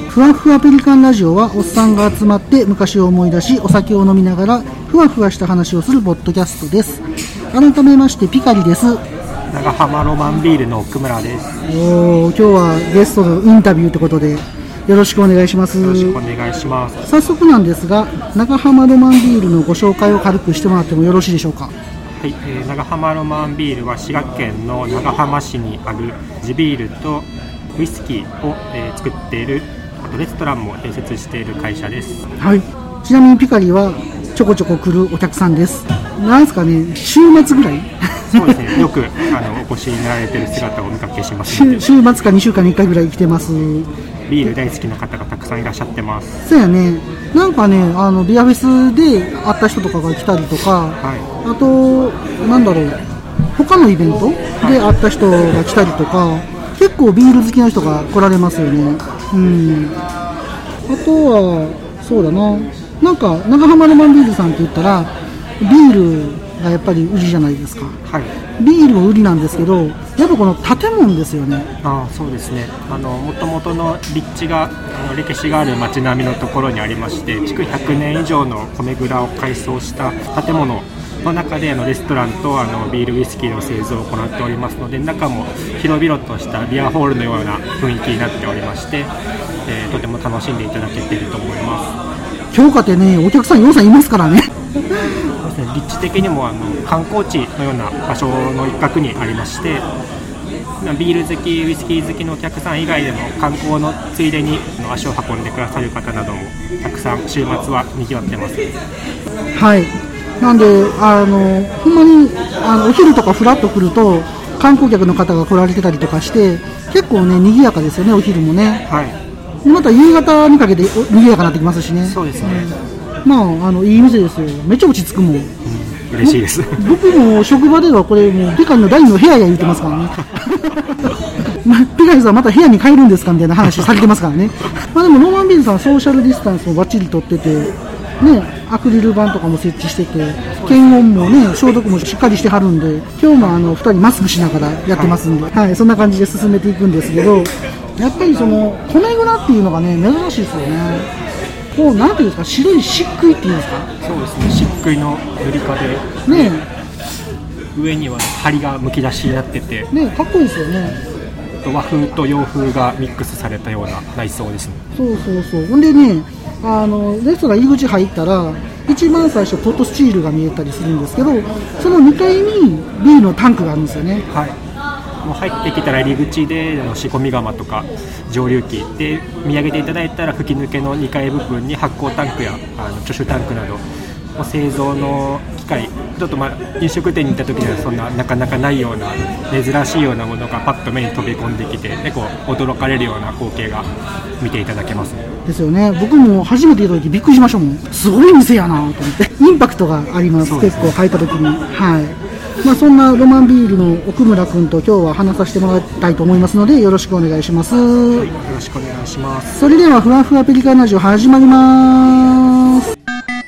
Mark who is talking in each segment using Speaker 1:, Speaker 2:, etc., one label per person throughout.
Speaker 1: ふわふわペリカンラジオはおっさんが集まって昔を思い出しお酒を飲みながらふわふわした話をするポッドキャストです。改めましてピカリです。
Speaker 2: 長浜ロマンビールの奥村です。
Speaker 1: 今日はゲストのインタビューということでよろしくお願いします。
Speaker 2: よろしくお願いします。
Speaker 1: 早速なんですが長浜ロマンビールのご紹介を軽くしてもらってもよろしいでしょうか。
Speaker 2: はい、長浜ロマンビールは滋賀県の長浜市にある地ビールとウイスキーを、作っているレストランも併設している会社です。
Speaker 1: はい。ちなみにピカリはちょこちょこ来るお客さんです。なんですかね、週末ぐらい
Speaker 2: そうですね、よくお越しになられている姿をお見かけしますので
Speaker 1: 週末か2週間に1回ぐらい来てます。
Speaker 2: ビール大好きな方がたくさんいらっしゃってます。
Speaker 1: そうやね。なんかね、ビアフェスで会った人とかが来たりとか、はい、あとなんだろう、他のイベントで会った人が来たりとか、結構ビール好きな人が来られますよね。うん。あとはそうだな、なんか長浜ロマンビールさんって言ったらビールがやっぱり売りじゃないですか。はい。ビールも売りなんですけど、やっぱこの建物ですよね。
Speaker 2: そうですね。もともとの立地が歴史がある街並みのところにありまして、築100年以上の米蔵を改装した建物の中でレストランとビールウイスキーの製造を行っておりますので、中も広々としたビアホールのような雰囲気になっておりまして、とても楽しんでいただけていると思います。
Speaker 1: 京香ってね、お客さん4さんいますからね。
Speaker 2: 立地的にも観光地のような場所の一角にありまして、ビール好きウイスキー好きのお客さん以外でも観光のついでに足を運んでくださる方などもたくさん週末は賑わってます。
Speaker 1: はい。なんでほんまにお昼とかフラッと来ると観光客の方が来られてたりとかして結構ね賑やかですよね、お昼もね。はい。でまた夕方にかけて賑やかになってきますしね。
Speaker 2: そうですね。
Speaker 1: まあいい店ですよ。めっちゃ落ち着くもん。
Speaker 2: 嬉しいです。
Speaker 1: 僕も職場ではこれもうピカリの第2の部屋や言ってますからね。ピカリさんまた部屋に帰るんですかみたいな話されてますからね。まあでもロマンビールさんソーシャルディスタンスもバッチリ取っててね、アクリル板とかも設置してて検温もね消毒もしっかりしてはるんで、今日も2人マスクしながらやってますんで、はい、そんな感じで進めていくんですけど、やっぱりその米蔵っていうのがね珍しいですよね。こうなんていうんですか、白い漆喰っていうんですか。
Speaker 2: そうですね、漆喰の塗り壁ね、上には梁がむき出しになってて
Speaker 1: ね、かっこいいですよね。
Speaker 2: 和風と洋風がミックスされたような内装ですね。
Speaker 1: そうそうそう。ほんでね、レストラン入り口入ったら一番最初ポットスチールが見えたりするんですけど、その2階にビールのタンクがあるんですよね。はい。
Speaker 2: もう入ってきたら入り口で仕込み窯とか蒸留機で見上げていただいたら吹き抜けの2階部分に発酵タンクや貯酒タンクなど製造の機械、ちょっと飲食店に行った時にはそんななかなかないような珍しいようなものがパッと目に飛び込んできて、結構驚かれるような光景が見ていただけます、ね、
Speaker 1: ですよね。僕も初めて行った時びっくりしましたもん。すごい店やなと思ってインパクトがあります。結構入った時に。はい。そんなロマンビールの奥村君と今日は話させてもらいたいと思いますのでよろしくお願いします。はい、
Speaker 2: よろしくお願いします。
Speaker 1: それではふわふわペリカンラジオ始まります。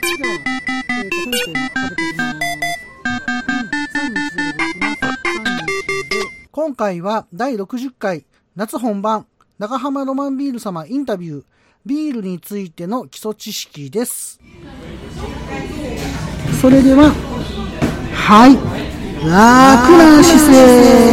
Speaker 1: 今回は第60回夏本番長浜ロマンビール様インタビュー、ビールについての基礎知識です。それでははい、楽な姿勢。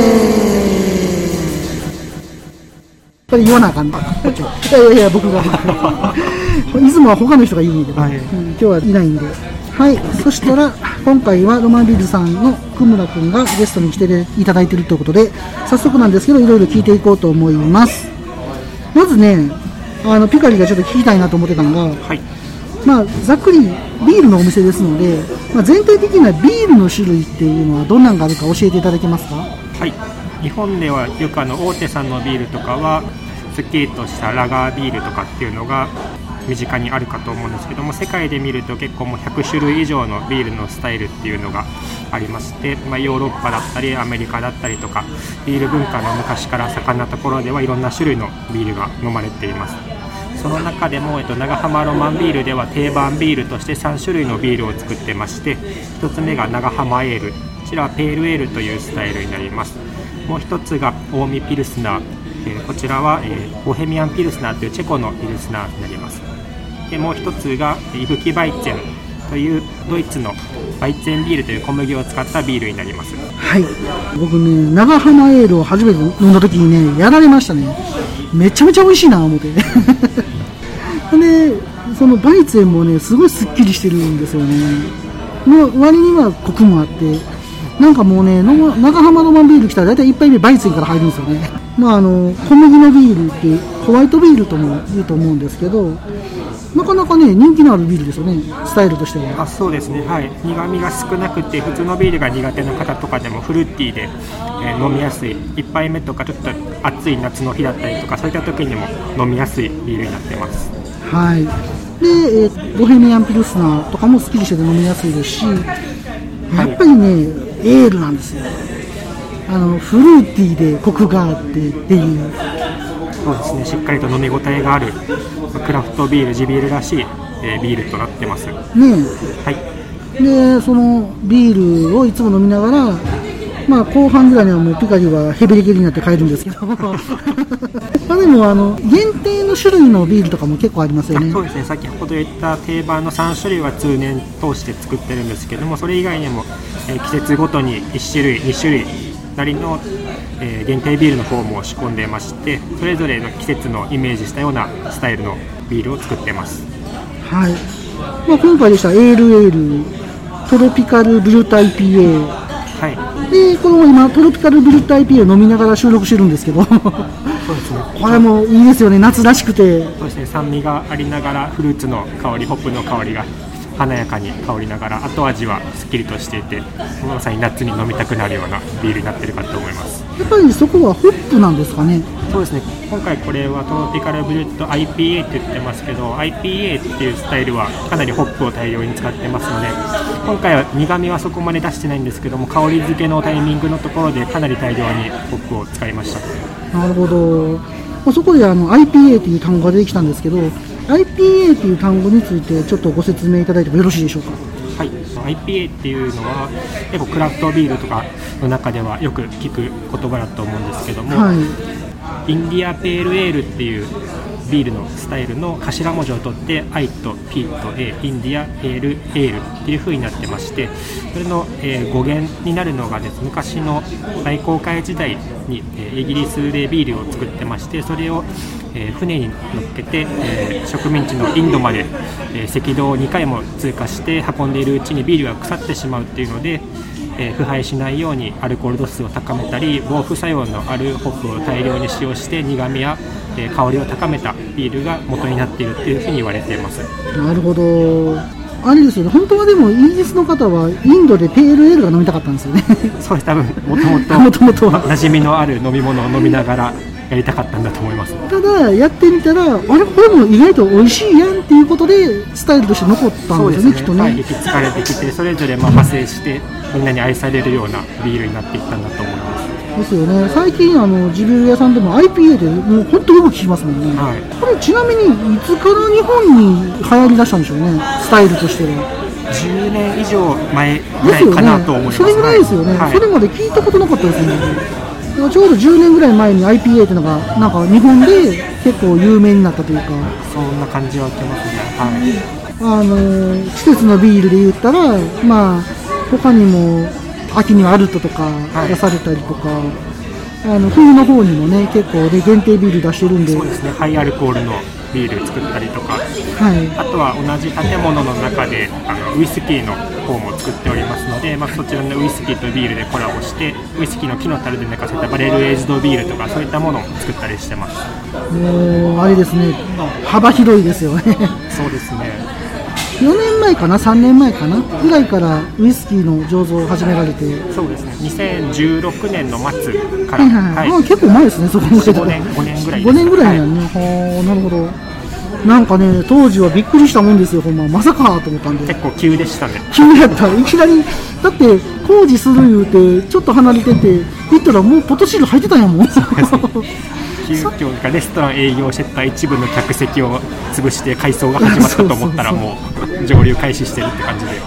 Speaker 1: これ言わなあかんの。いや僕がいつもは他の人が言うんだけど、はい、今日はいないんで。はい。そしたら今回はロマンビールさんの久村くんがゲストに来ていただいているということで、早速なんですけどいろいろ聞いていこうと思います。まずね、ピカリがちょっと聞きたいなと思ってたのが、はい、ざっくりビールのお店ですので、全体的なビールの種類っていうのはどんなのがあるか教えていただけますか。
Speaker 2: はい。日本ではよく大手さんのビールとかはすっきりとしたラガービールとかっていうのが身近にあるかと思うんですけども、世界で見ると結構もう100種類以上のビールのスタイルっていうのがありまして、ヨーロッパだったりアメリカだったりとかビール文化の昔から盛んなところではいろんな種類のビールが飲まれています。その中でも、長浜ロマンビールでは定番ビールとして3種類のビールを作ってまして、1つ目が長浜エール、こちらはペールエールというスタイルになります。もう1つが近江ピルスナー、 こちらは、ボヘミアンピルスナーというチェコのピルスナーになります。でもう一つがイフキバイツェンというドイツのバイツェンビールという小麦を使ったビールになります。
Speaker 1: はい、僕ね、長浜エールを初めて飲んだ時にね、やられましたね。めちゃめちゃ美味しいな思ってで、そのバイツェンもね、すごいすっきりしてるんですよね。の割にはコクもあって、なんかもうね、長浜ロマンビール来たら大体1杯目バイツェンから入るんですよね。まあ小麦のビールってホワイトビールとも言うと思うんですけど、なかなかね、人気のあるビールですよね、スタイルとしては。
Speaker 2: そうですね、はい、苦みが少なくて普通のビールが苦手な方とかでもフルーティーで、飲みやすい、1杯目とかちょっと暑い夏の日だったりとか、そういった時にも飲みやすいビールになってます。
Speaker 1: はい。で、ボヘミアンピルスナーとかもすっきりしてて飲みやすいですし、やっぱりね、エールなんですよ。フルーティーでコクがあってっていう。
Speaker 2: そうですね、しっかりと飲み応えがあるクラフトビール、地ビールらしい、ビールとなってますね。はい。
Speaker 1: で、そのビールをいつも飲みながら、まあ、後半ぐらいにはもうピカリはヘベレケになって帰るんですけどまあでも限定の種類のビールとかも結構ありますよね。
Speaker 2: そうですね、先ほど言った定番の3種類は通年通して作ってるんですけども、それ以外にも、季節ごとに1種類2種類なりの、限定ビールのフォームを仕込んでまして、それぞれの季節のイメージしたようなスタイルのビールを作ってます。
Speaker 1: はい。まあ、今回でしたエールトロピカルブルータ IPA、
Speaker 2: はい、
Speaker 1: でこの今トロピカルブルータ IPA を飲みながら収録してるんですけどそうですね、これもいいですよね、夏らしくて。
Speaker 2: そうですね、酸味がありながらフルーツの香り、ホップの香りが華やかに香りながら、後味はすっきりとしていて、まさに夏に飲みたくなるようなビールになっているかと思います。
Speaker 1: やっぱりそこはホップなんですかね。
Speaker 2: そうですね、今回これはトロピカルブルート IPA って言ってますけど、 IPA っていうスタイルはかなりホップを大量に使ってますので、今回は苦味はそこまで出してないんですけども、香り付けのタイミングのところでかなり大量にホップを使いました。
Speaker 1: なるほど。そこでIPA という単語が出てきたんですけど、 IPA という単語についてちょっとご説明いただいてもよろしいでしょうか。
Speaker 2: はい、IPA っていうのは結構クラフトビールとかの中ではよく聞く言葉だと思うんですけども、はい、インディアペールエールっていうビールのスタイルの頭文字を取って I と P と A、 インディアペールエールっていう風になってまして、それの、語源になるのがです、昔の大航海時代に、イギリスでビールを作ってまして、それを船に乗っけて、植民地のインドまで、赤道を2回も通過して運んでいるうちにビールが腐ってしまうっていうので、腐敗しないようにアルコール度数を高めたり、防腐作用のあるホップを大量に使用して苦味や、香りを高めたビールが元になっているっていうふうに言われています。
Speaker 1: なるほど。あれですよね、本当はでもイギリスの方はインドでペールエールが飲みたかったんですよね。
Speaker 2: そうです、多分もともと馴染みのある飲み物を飲みながらやりたかったんだと思います。
Speaker 1: ただやってみたら、あれこれも意外と美味しいやんっていうことでスタイルとして残ったんですね、きっとね。
Speaker 2: はい、行き着かれてきて、それぞれ派生してみんなに愛されるようなビールになっていったんだと思います。
Speaker 1: ですよね。最近地ビール屋さんでも IPA でもう本当によく聞きますもんね。はい、これちなみにいつから日本に流行りだしたんでしょうね、スタイルとしては。
Speaker 2: 10年以上前ぐらいかなと思います。
Speaker 1: それぐらいですよね、はい、それまで聞いたことなかったですね。ちょうど10年ぐらい前に IPA っていうのがなんか日本で結構有名になったというか、
Speaker 2: そんな感じは受けますね。はい、
Speaker 1: 季節のビールで言ったら、まあ他にも秋にはアルトとか出されたりとか、はい、冬の方にもね結構で限定ビール出してるんで。
Speaker 2: そうですね、ハイアルコールのビール作ったりとか、はい、あとは同じ建物の中でウイスキーの方も作っておりますので、そちらのウイスキーとビールでコラボしてウイスキーの木の樽で寝かせたバレルエイジドビールとか、そういったものを作ったりしてます。
Speaker 1: もうあれですね、幅広いですよね。
Speaker 2: そうですね、
Speaker 1: 4年前かな3年前かなぐらいからウイスキーの醸造を始められて。
Speaker 2: そうですね、2016年の末から、
Speaker 1: はいはい、結構前ですね、そこまで。
Speaker 2: 5年ぐらいです。
Speaker 1: 5年ぐらいなんね、はい、なるほど。なんかね、当時はびっくりしたもんですよ、ほんま、まさかと思ったんで。
Speaker 2: 結構急でしたね。
Speaker 1: 急やった、いきなり、だって工事する言うて、ちょっと離れてて、行ったらもうポトシール入ってたんやもん。
Speaker 2: 急遽レストラン営業してた一部の客席を潰して改装が始まったと思ったら、もう上流開始してるって感じで。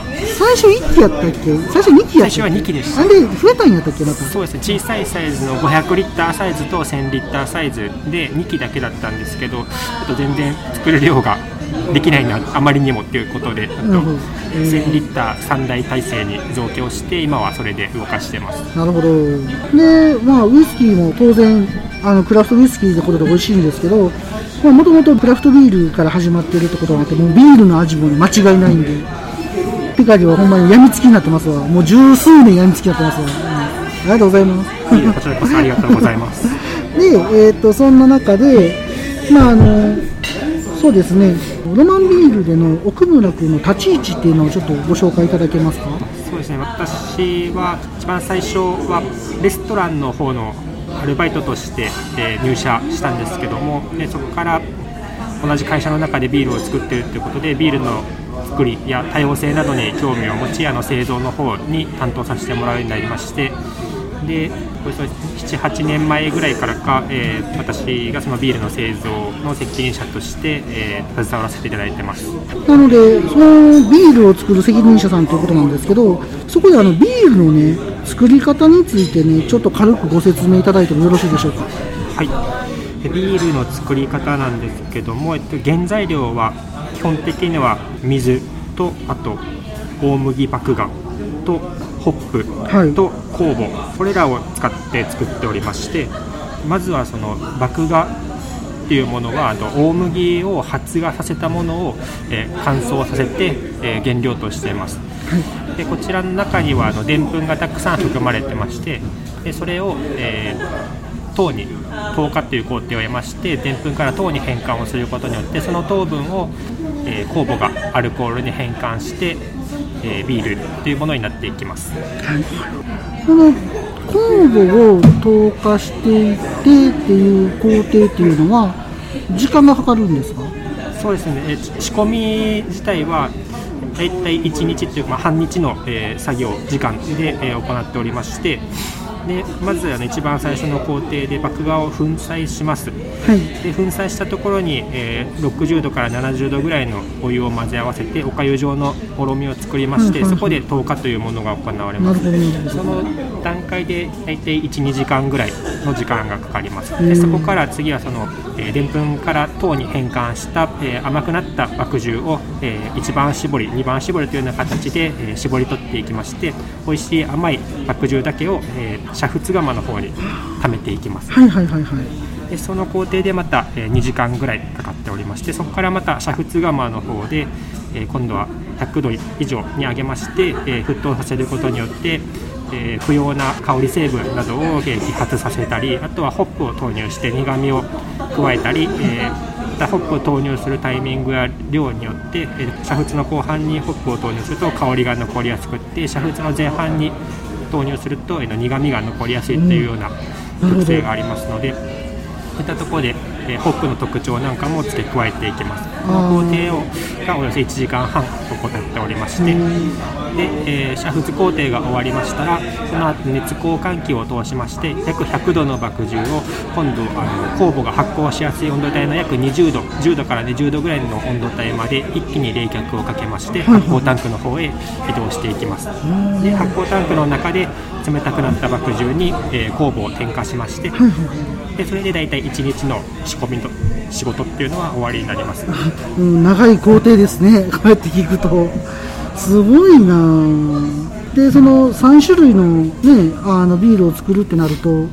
Speaker 1: 最初1機やったっけ？最初2機やったっけ？
Speaker 2: 最初は2機でした。
Speaker 1: あれ増えたんやったっけ？また
Speaker 2: そうですね、小さいサイズの500リッターサイズと1000リッターサイズで2機だけだったんですけど、あと全然作る量ができないな、あまりにもということで、1000リッター3台体制に増強して、今はそれで動かしてます。
Speaker 1: なるほど。で、まあ、ウイスキーも当然クラフトウイスキーのことで美味しいんですけど、もともとクラフトビールから始まっているってことがあって、もうビールの味も間違いないんで、ピカリはほんまに病みつきになってますわ。もう十数年病みつきになってますわ、ありがとうございます。
Speaker 2: こちらこそありがとうございます
Speaker 1: で、そんな中で、まあそうですね、ロマンビールでの奥村君の立ち位置っていうのをちょっとご紹介いただけますか？
Speaker 2: そうですね、私は一番最初はレストランの方のアルバイトとして、入社したんですけども、でそこから同じ会社の中でビールを作っているということで、ビールの作りや多様性などに興味を持ち、製造の方に担当させてもらうようになりまして、でおよそ 7,8 年前ぐらいからか、私がそのビールの製造の責任者として、携わらせていただいてます。
Speaker 1: なので、そのビールを作る責任者さんということなんですけど、そこでビールのね、作り方についてね、ちょっと軽くご説明いただいてもよろしいでしょうか？
Speaker 2: はい、ビールの作り方なんですけども、原材料は基本的には水と、あと大麦麦芽とホップと酵母、これらを使って作っておりまして、まずはその麦芽っていうものは大麦を発芽させたものを、乾燥させて、原料としています。でこちらの中にはでんぷんがたくさん含まれてまして、でそれを、糖に糖化という工程を得まして、でんぷんから糖に変換をすることによって、その糖分を、酵母がアルコールに変換して、ビールというものになっていきます。
Speaker 1: この酵母を糖化していってっていう工程っていうのは時間がかかるんですか？
Speaker 2: そうですね、仕込み自体はだいたい1日というか、半日の、作業時間で、行っておりまして、でまず一番最初の工程で麦芽を粉砕します。で粉砕したところに、60度から70度ぐらいのお湯を混ぜ合わせて、おかゆ状のもろみを作りまして、そこで糖化というものが行われます。その段階でだいたい 1,2 時間ぐらいの時間がかかります。でそこから次はそのでんぷんから糖に変換した、甘くなった麦汁を、1番搾り2番搾りというような形で、搾り取っていきまして、美味しい甘い麦汁だけを、煮沸釜の方に溜めていきます。でその工程でまた、2時間ぐらいかかっておりまして、そこからまた煮沸釜の方で、今度は100度以上に上げまして、沸騰させることによって、不要な香り成分などを揮発させたり、あとはホップを投入して苦みを加えたり、またホップを投入するタイミングや量によって、煮沸の後半にホップを投入すると香りが残りやすくって、煮沸の前半に投入すると苦みが残りやすいというような特性がありますので、そういったところで、ホップの特徴なんかも付け加えていきます。この工程がおよそ1時間半行っておりまして、で、煮沸工程が終わりましたら、その後熱交換器を通しまして、約100度の麦汁を今度酵母が発酵しやすい温度帯の約20度10度から20度ぐらいの温度帯まで一気に冷却をかけまして、発酵タンクの方へ移動していきます。で発酵タンクの中で冷たくなった麦汁に、酵母を添加しまして、でそれでだいたい1日の仕込みの仕事っていうのは終わりになります。
Speaker 1: 長い工程ですね。こうやって聞くとすごいな。でその3種類の、ね、ビールを作るってなると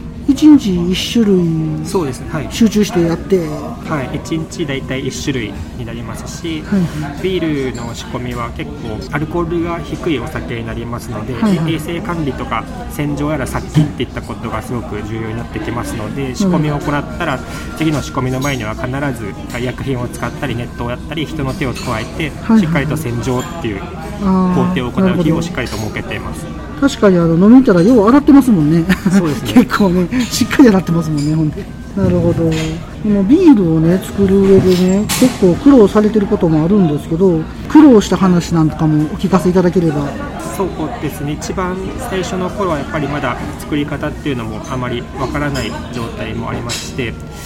Speaker 1: 1日1種類
Speaker 2: そうですね、はい、
Speaker 1: 集中してやって、
Speaker 2: はい、1日だいたい1種類になりますし、ビールの仕込みは結構アルコールが低いお酒になりますので、衛生管理とか洗浄やら殺菌っていったことがすごく重要になってきますので、仕込みを行ったら次の仕込みの前には必ず医薬品を使ったり熱湯をやったり人の手を加えて、しっかりと洗浄っていう工程を行う日をしっかりと設けています。
Speaker 1: 確かに飲みに行ったらよう洗ってますもんね。
Speaker 2: そうですね
Speaker 1: 結構ねしっかり洗ってますもんね。ほんでなるほど。このビールをね作る上でね結構苦労されてることもあるんですけど、苦労した話なんかもお聞かせいただければ。
Speaker 2: そうですね、一番最初の頃はやっぱりまだ作り方っていうのもあまりわからない状態もありまして、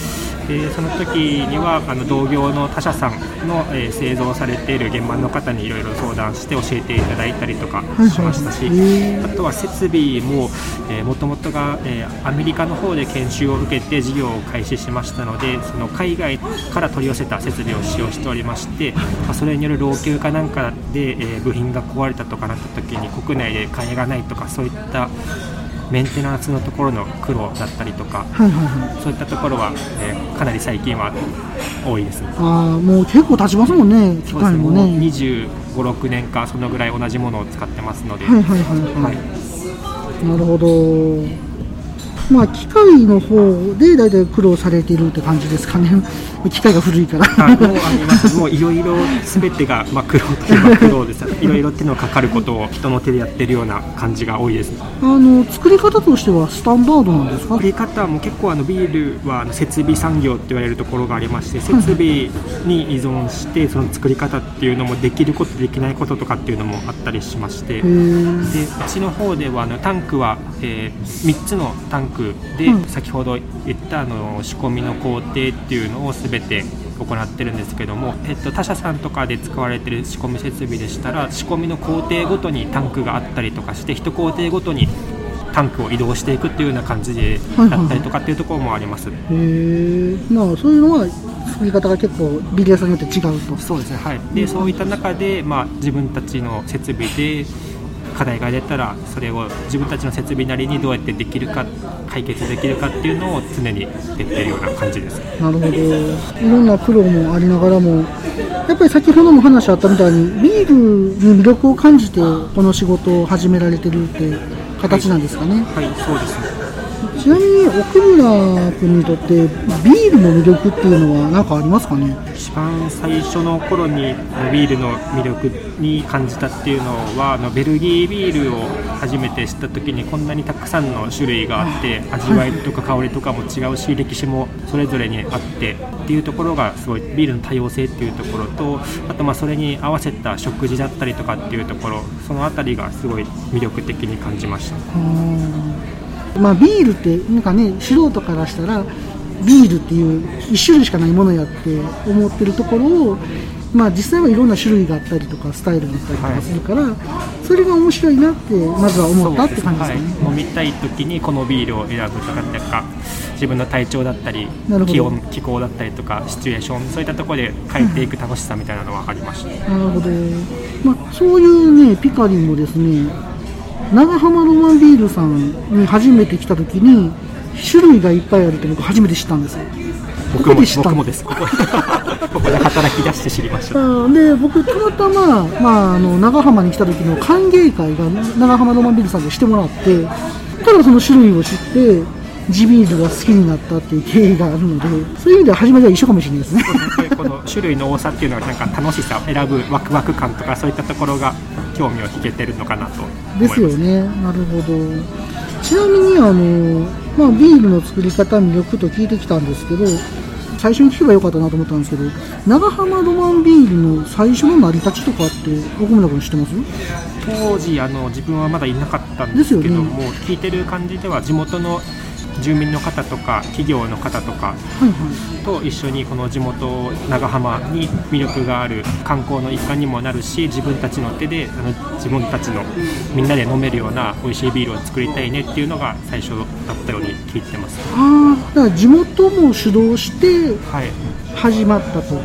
Speaker 2: でその時には同業の他社さんの、製造されている現場の方にいろいろ相談して教えていただいたりとかしましたし、あとは設備ももともとが、アメリカの方で研修を受けて事業を開始しましたので、その海外から取り寄せた設備を使用しておりまして、それによる老朽化なんかで、部品が壊れたとかなった時に国内で買いがないとか、そういったメンテナンスのところの苦労だったりとか、そういったところは、かなり最近は多いですね。
Speaker 1: もう結構経ちますもんね、機械もね。
Speaker 2: もう25、6年かそのぐらい同じものを使ってますので。
Speaker 1: なるほど。機械の方でだいたい苦労されているって感じですかね。機械が古いから
Speaker 2: もういろいろ全てが、苦労といえば苦労です。いろいろ手のかかることを人の手でやってるような感じが多いです。
Speaker 1: 作り方としてはスタンダードなんですか？
Speaker 2: 作り方も結構ビールは設備産業って言われるところがありまして、設備に依存してその作り方っていうのもできることできないこととかっていうのもあったりしまして、でうちの方ではタンクは、3つのタンクで、先ほど言った仕込みの工程っていうのを全て行ってるんですけども、他社さんとかで使われてる仕込み設備でしたら、仕込みの工程ごとにタンクがあったりとかして、1工程ごとにタンクを移動していくっていうような感じでだったりとかっていうところもあります。
Speaker 1: そういうのは作り方が結構ビール屋さんによって違うと。
Speaker 2: そうですね、でそういった中で、自分たちの設備で課題が出たら、それを自分たちの設備なりにどうやってできるか、解決できるかっていうのを常に出てるような感じです。
Speaker 1: なるほど。いろんな苦労もありながらも、やっぱり先ほども話あったみたいにビールに魅力を感じてこの仕事を始められてるって形なんですかね。
Speaker 2: はい、そうですね。
Speaker 1: ちなみに奥村君にとってビールの魅力っていうのは何かありますかね？
Speaker 2: 一番最初の頃にビールの魅力に感じたっていうのは、ベルギービールを初めて知った時にこんなにたくさんの種類があって、味わいとか香りとかも違うし、歴史もそれぞれにあってっていうところがすごい、ビールの多様性っていうところと、あとそれに合わせた食事だったりとかっていうところ、そのあたりがすごい魅力的に感じました。
Speaker 1: ビールってなんかね、素人からしたらビールっていう一種類しかないものやって思ってるところを、実際はいろんな種類があったりとかスタイルがあったりとかするから、それが面白いなってまずは思ったって感じですね。
Speaker 2: 飲みたい時にこのビールを選ぶとかって自分の体調だったり気候だったりとかシチュエーション、そういったところで変えていく楽しさみたいなのはありました。
Speaker 1: なるほど。そういうね、ピカリもですね、長浜ロマンビールさんに初めて来た時に種類がいっぱいあるって僕初めて知ったんですよ。
Speaker 2: 僕もです。ここで働き出して知りました。
Speaker 1: で僕たまたま、長浜に来た時の歓迎会が長浜ロマンビールさんでしてもらって、ただその種類を知って地ビールが好きになったっていう経緯があるので、そういう意味では初めは一緒かもしれないですね。
Speaker 2: この種類の多さっていうのはなんか楽しさ、選ぶワクワク感とかそういったところが興味を引けてるのかなと思います。
Speaker 1: ですよね。なるほど。ちなみにビールの作り方魅力と聞いてきたんですけど、最初に聞けばよかったなと思ったんですけど、長浜ロマンビールの最初の成り立ちとかって奥村君知ってます？
Speaker 2: 当時自分はまだいなかったんですけども、聞いてる感じでは地元の住民の方とか企業の方とかと一緒にこの地元長浜に魅力がある観光の一環にもなるし、自分たちの手で自分たちのみんなで飲めるような美味しいビールを作りたいねっていうのが最初だったように聞いてます。
Speaker 1: だから地元も主導して始まったと。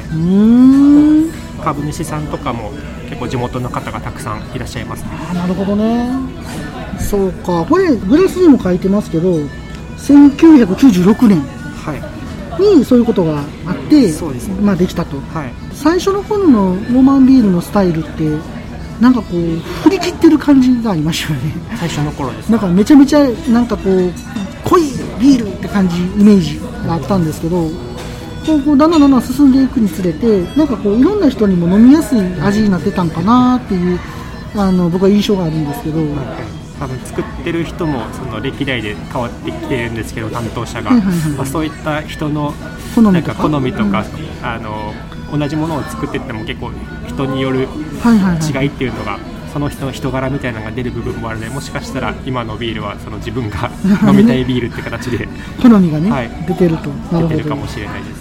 Speaker 2: 株主さんとかも結構地元の方がたくさんいらっしゃいますね。
Speaker 1: なるほどね。そうか。これグラスにも書いてますけど、1996年にそういうことがあって、
Speaker 2: そうですね。
Speaker 1: できたと。最初の頃のロマンビールのスタイルってなんかこう振り切ってる感じがありましたよね。
Speaker 2: 最初の頃です。
Speaker 1: なんかめちゃめちゃなんかこう濃いビールって感じ、イメージがあったんですけど、こうだんだん進んでいくにつれて、なんかこういろんな人にも飲みやすい味になってたんかなっていう僕は印象があるんですけど、
Speaker 2: 多分作ってる人もその歴代で変わってきてるんですけど、担当者が、そういった人の好みとか、同じものを作っていっても結構人による違いっていうのがそその人の人柄みたいなのが出る部分もあるので、もしかしたら今のビールはその自分が飲みたいビールって形で
Speaker 1: 好みがね、はい、出てると。なるほど。
Speaker 2: 出てるかもしれないです。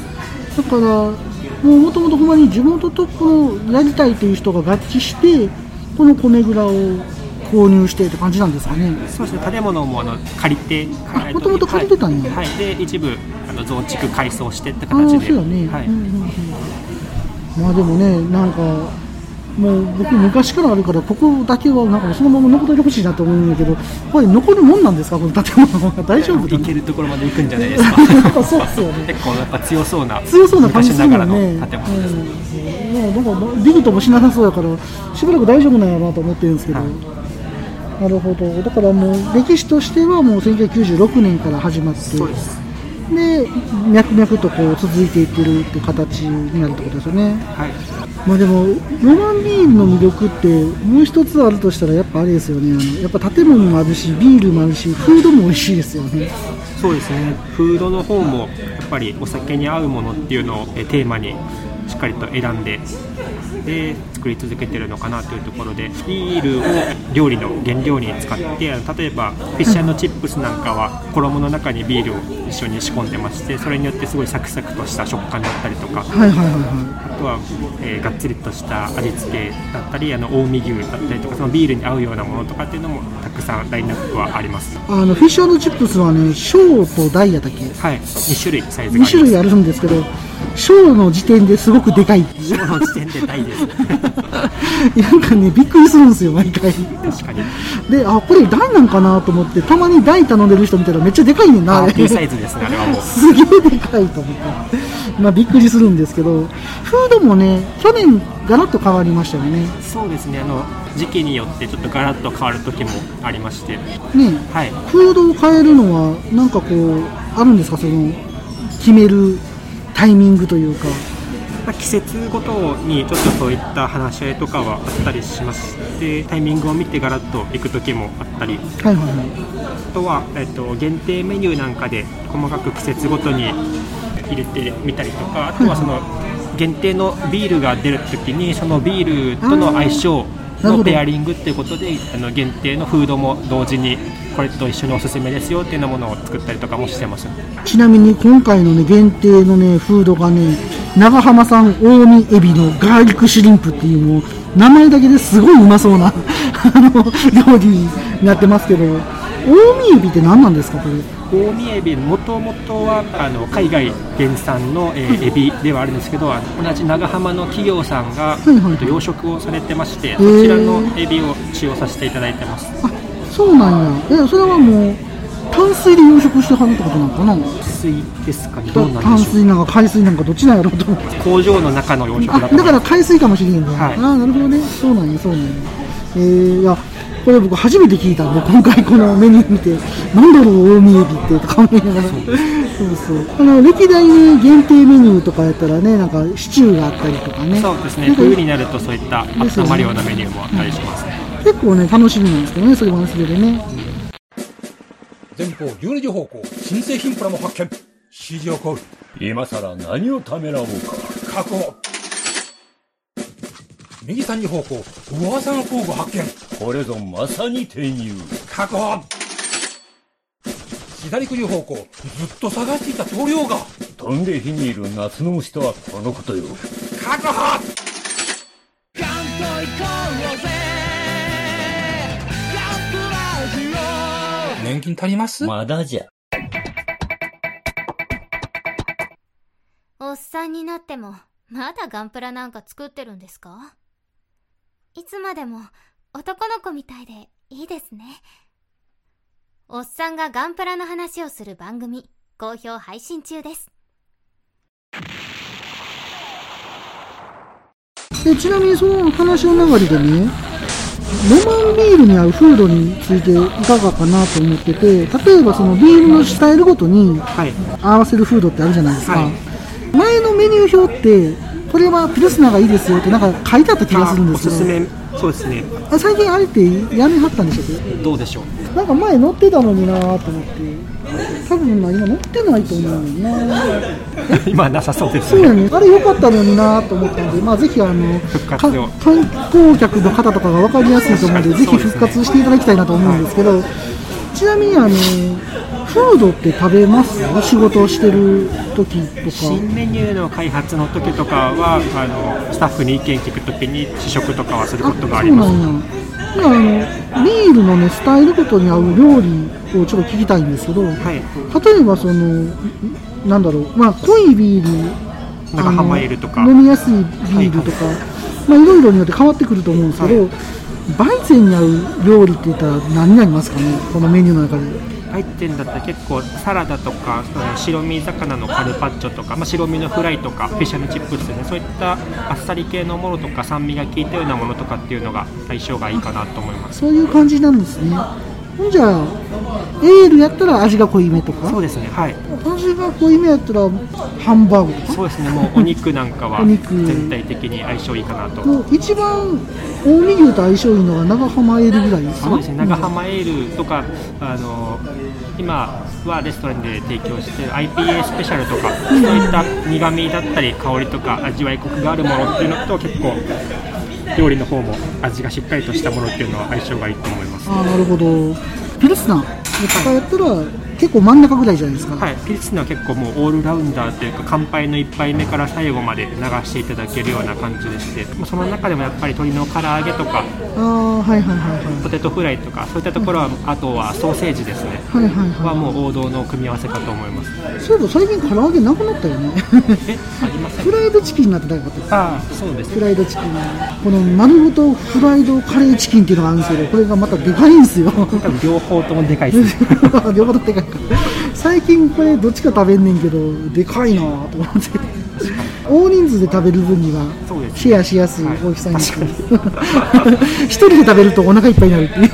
Speaker 1: だからもともとほんまに地元とこのやりたいという人が合致してこの米蔵を購入してって感じなんですかね。
Speaker 2: そうですね、建物も借りて、
Speaker 1: もともと借りてたんや、
Speaker 2: はい、で一部増築改装してって形で。
Speaker 1: そうよね、はい、まあでもね、なんかもう僕昔からあるからここだけはなんかそのまま残ってほしいなと思うんだけど、これ残るもんなんですか、この建物は。大丈夫？
Speaker 2: 行けるところまで行くんじゃないですか。
Speaker 1: そうですよね。
Speaker 2: 結構やっぱ強そうな
Speaker 1: 感じするもんね。
Speaker 2: 建物です。
Speaker 1: なんかビルともしなさそうやからしばらく大丈夫なんやなと思ってるんですけど、はい、なるほど。だからもう歴史としてはもう1996年から始まって、
Speaker 2: そうです。
Speaker 1: で脈々とこう続いていってるって形になるってことですよね。
Speaker 2: はい。
Speaker 1: まあでもロマンビールの魅力ってもう一つあるとしたらやっぱあれですよね。やっぱ建物もあるしビールもあるしフードも美味しいですよね。
Speaker 2: そうですね。フードの方もやっぱりお酒に合うものっていうのをテーマにしっかりと選んで作り続けてるのかなというところで、ビールを料理の原料に使って、例えばフィッシャーチップスなんかは衣の中にビールを一緒に仕込んでまして、それによってすごいサクサクとした食感だったりとか、あとは、がっつりとした味付けだったり、近江牛だったりとか、そのビールに合うようなものとかっていうのもたくさんラインナップはあります。
Speaker 1: フィッシャーチップスはね、小と大やったっけ？
Speaker 2: はい、2種類サイズがあります。
Speaker 1: 2種類あるんですけど、小の時点ですごくでかい。
Speaker 2: 小の時点で大です。
Speaker 1: なんかね、びっくりするんですよ、毎回。
Speaker 2: 確かに。
Speaker 1: で、これ大なんかなと思って、たまに大頼んでる人見たらめっちゃでかいねんな、あれ。
Speaker 2: Pサイズですね、あれはもう。
Speaker 1: すげえでかいと思って。まあ、びっくりするんですけど、フードもね、去年ガラッと変わりましたよね。
Speaker 2: そうですね、時期によってちょっとガラッと変わる時もありまして。ね、
Speaker 1: はい。フードを変えるのは、なんかこう、あるんですか、決めるタイミングというか。
Speaker 2: 季節ごとにちょっとそういった話し合いとかはあったりしまして、タイミングを見てガラッと行く時もあったり、あとは、限定メニューなんかで細かく季節ごとに入れてみたりとか、あとはその限定のビールが出る時にそのビールとの相性のペアリングっていうことで限定のフードも同時にこれと一緒におすすめですよっていうようなものを作ったりとかもしてます。
Speaker 1: ちなみに今回のね限定のねフードがね、長浜産近江エビのガーリックシュリンプっていうもう名前だけですごいうまそうな料理になってますけど、近江エビって何なんですかこれ？
Speaker 2: 近江エビもともとは海外原産の、エビではあるんですけど、同じ長浜の企業さんが、養殖をされてまして、そちらのエビを使用させていただいてます。
Speaker 1: あ、そうなんや。それはもう淡水で養殖してはるってことなのかな？
Speaker 2: 水ですかね。どうなんでしょう。
Speaker 1: 淡水なんか海水なんかどっちなんやろうと思って。
Speaker 2: 工場の中の養殖だと。
Speaker 1: だから海水かもしれんね。
Speaker 2: はい、
Speaker 1: なるほどね。そうなんや、そうなんや。いやこれ僕初めて聞いたんで、今回このメニュー見てなんだろう近江エビって考えながらそう歴代に限定メニューとかやったらね、なんかシチューがあったりとかね。
Speaker 2: そうですね、冬になるとそういった温まるようなメニューもあったりしますね。
Speaker 1: 結構ね楽しみなんですけどね、それもそれでね。
Speaker 3: 前方12時方向新製品プラも発見。指示を行う。
Speaker 4: 今さら何をためらおうか。
Speaker 3: 確保。右3時方向噂の工具発見。
Speaker 4: これぞまさに転入。
Speaker 3: 確保。左9時方向ずっと探していた棟梁が。
Speaker 4: 飛んで火にいる夏の虫とはこのことよ。
Speaker 3: 確保。年金足ります？
Speaker 4: まだじゃ。
Speaker 5: おっさんになってもまだガンプラなんか作ってるんですか？いつまでも男の子みたいでいいですね。おっさんがガンプラの話をする番組好評配信中です。
Speaker 1: ちなみにその話の流れでね、ロマンビールに合うフードについていかがかなと思ってて、例えばそのビールのスタイルごとに合わせるフードってあるじゃないですか、はい、前のメニュー表ってこれはピルスナーがいいですよってなんか書いてあった気がするんですけど、
Speaker 2: おすすめそうですね。
Speaker 1: 最近あれってやめはったんでしょうけど、
Speaker 2: どうでしょう。
Speaker 1: なんか前乗ってたのになと思って、多分今乗ってないと思うのにな。
Speaker 2: 今なさそうです
Speaker 1: そう
Speaker 2: ね。
Speaker 1: やね、あれ良かったのになと思ったので、まあ、ぜひ
Speaker 2: 復活を
Speaker 1: 観光客の方とかが分かりやすいと思うので、ぜひ復活していただきたいなと思うんですけど、ちなみにフードって食べます？仕事をしてる時とか。
Speaker 2: 新メニューの開発の時とかはスタッフに意見聞く時に試食とかはすることがあります。
Speaker 1: そうなんや。ビールのね、スタイルごとに合う料理をちょっと聞きたいんですけど、はい、例えばなんだろう、まあ、濃いビール、
Speaker 2: 長浜エールとか
Speaker 1: 飲みやすいビールとか、まあ、いろいろによって変わってくると思うんですけど、バイゼンに合う料理って言ったら何になりますかね、このメニューの中で。
Speaker 2: バイゼンだったら結構サラダとか白身魚のカルパッチョとか、まあ、白身のフライとかフィッシュチップスですね、そういったあっさり系のものとか酸味が効いたようなものとかっていうのが相性がいいかなと思います。
Speaker 1: そういう感じなんですね。ほんじゃあエールやったら味が濃いめとか。
Speaker 2: そうですね、はい。
Speaker 1: 味が濃いめやったらハンバーグとか。
Speaker 2: そうですね、もうお肉なんかは全体的に相性いいかなと。
Speaker 1: もう一番近江牛と相性いいのは長浜エールぐらいですか。
Speaker 2: そうですね、長浜エールとか今はレストランで提供している IPA スペシャルとか、そういった苦味だったり香りとか味わいコクがあるものっていうのと結構料理の方も味がしっかりとしたものっていうのは相性がいいと思います。
Speaker 1: なるほど。ピルスナーとかやったら結構真ん中ぐらいじゃないですか。
Speaker 2: はい、ピルスナーは結構もうオールラウンダーというか乾杯の1杯目から最後まで流していただけるような感じでして、その中でもやっぱり鶏の唐揚げとかポテトフライとかそういったところは、あとはソーセージですね、はもう王道の組み合わせかと思います。
Speaker 1: そういえば最近唐揚げなくなったよね。
Speaker 2: ありません。
Speaker 1: フライドチキンになってなかったですか。
Speaker 2: そうです。
Speaker 1: フライドチキン、この丸ごとフライドカレーチキンっていうのがあるんですけど、これがまたでかいんですよ。
Speaker 2: 両方ともでかいですね。
Speaker 1: 両方ともでかいか。最近これどっちか食べんねんけどでかいなと思って。大人数で食べる分にはシェアしやすい大きさに、一人で食べるとお腹いっぱいになるっていう。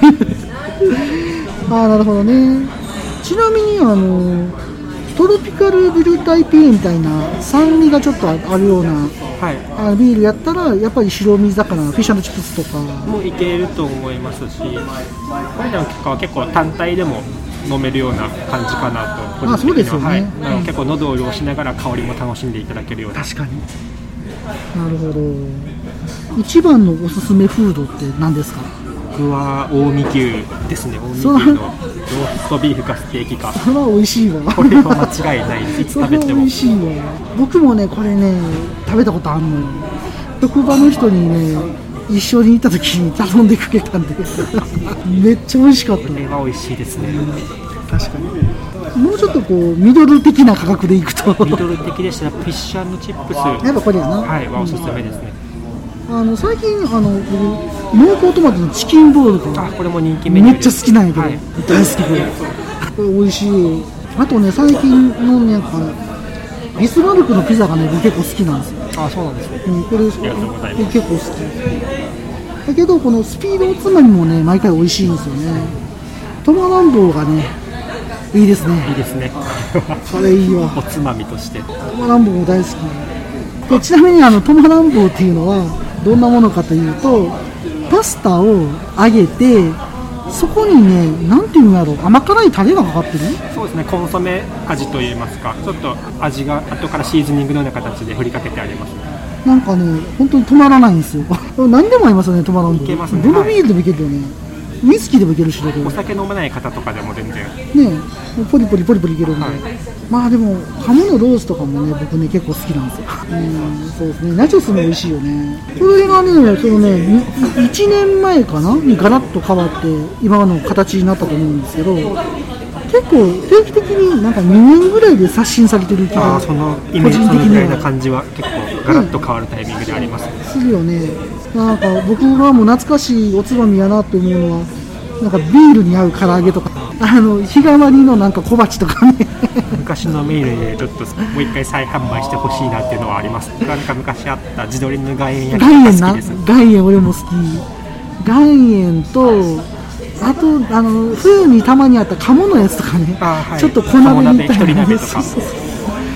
Speaker 1: なるほどね。ちなみにトロピカルビルタイピーみたいな酸味がちょっとあるような、ビールやったらやっぱり白身魚フィッシュ&チップスとか
Speaker 2: もいけると思いますし、これらの結果は結構単体でも飲めるような感じかなと。
Speaker 1: そうですよね。
Speaker 2: 結構喉を潤しながら香りも楽しんでいただけるような。
Speaker 1: 確かに。なるほど。一番のおすすめフードって何ですか。
Speaker 2: 僕は近江牛ですね。近江牛のローストビーフかステーキか。
Speaker 1: それは美味しいわ。
Speaker 2: これは間違いないです。いつ食べても。
Speaker 1: それは美味しいわ。僕もねこれね食べたことあるのよ。職場の人にね一緒に行った時に頼んでくれたんでめっちゃ美味しかった。
Speaker 2: これは美味しいですね。
Speaker 1: 確かに。もうちょっとこうミドル的な価格でいくと
Speaker 2: ミドル的でしたらフィッシュ&チップス
Speaker 1: やっぱこれやな。
Speaker 2: はおすすめですね。
Speaker 1: 最近濃厚トマトのチキンボールが
Speaker 2: これも人気メニュー
Speaker 1: めっちゃ好きなんやけど、大好きこれ美味しい。あとね最近のなんかビスマルクのピザがね結構好きなんですよ。
Speaker 2: そうなんですね。
Speaker 1: これ結構好きだけどこのスピードおつまみもね毎回美味しいんですよね。トマランボーがねいいですね。
Speaker 2: いいですね。
Speaker 1: これいいわ。
Speaker 2: おつまみとして
Speaker 1: トマランボーも大好きで、ちなみにトマランボーっていうのはどんなものかというと、パスタを揚げてそこにね、なんていうんやろう、甘辛いタレがかかってる。
Speaker 2: そうですね、コンソメ味といいますか、ちょっと味が後からシーズニングのような形で振りかけてあります。
Speaker 1: なんかね、本当に止まらないんですよ。何でも合いますよね、トマランボー。
Speaker 2: いけますね。
Speaker 1: どのビールでもいけるよね。ウイスキーでもいけるし、
Speaker 2: お酒飲まない方とかでも全然
Speaker 1: ね、ポリポリポリポリいけるんで、まあでもハムのロースとかもね、僕ね結構好きなんですよ。そうですね、ナチョスも美味しいよね。これがね、1年前かなにガラッと変わって今の形になったと思うんですけど、結構定期的になんか2年ぐらいで刷新されてる気が、
Speaker 2: そのイメージ、そのぐらいな感じは結構ガラッと変わるタイミングであります、
Speaker 1: するよね。なんか僕がもう懐かしいおつまみやなと思うのは、なんかビールに合う唐揚げとか、日替わりのなんか小鉢とかね
Speaker 2: 昔のメールでちょっともう一回再販売してほしいなっていうのはあります。なんか昔あった地鶏の岩塩焼きが好きです。
Speaker 1: 岩塩俺も好き。岩塩とあと冬にたまにあった鴨のやつとかね、ちょっと小鍋みたいな
Speaker 2: 一人鍋とか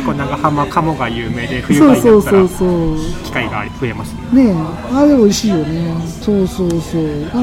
Speaker 2: 構長浜鴨が有名で、冬場になったら機会が増えます
Speaker 1: ね。あれ美味しいよね。そうそうそう。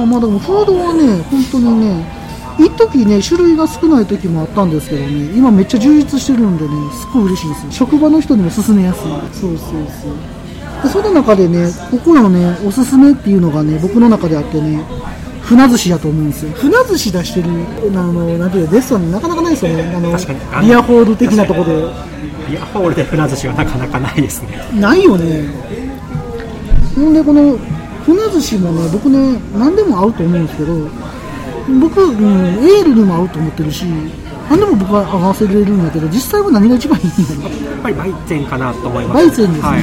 Speaker 1: まあでもフードはね、本当にね、一時ね種類が少ない時もあったんですけどね、今めっちゃ充実してるんでね、すっごい嬉しいですよ。職場の人にも勧めやすい。そうそうそう。でその中でね、ここのねおすすめっていうのがね、僕の中であってね、船寿司だと思うんですよ。船寿司出してるなんていうレストランなかなかないですよね。ビアホール的なところで。
Speaker 2: ビアホールで船寿司はなかなかないですね。
Speaker 1: ないよね。ほんでこの船寿司もね、僕ね何でも合うと思うんですけど、僕、エールにも合うと思ってるし、何でも僕は合わせれるんだけど、実際は何が一番いいんだろう。
Speaker 2: やっぱりバイツェンかなと思います。
Speaker 1: バイツェンですね。はい、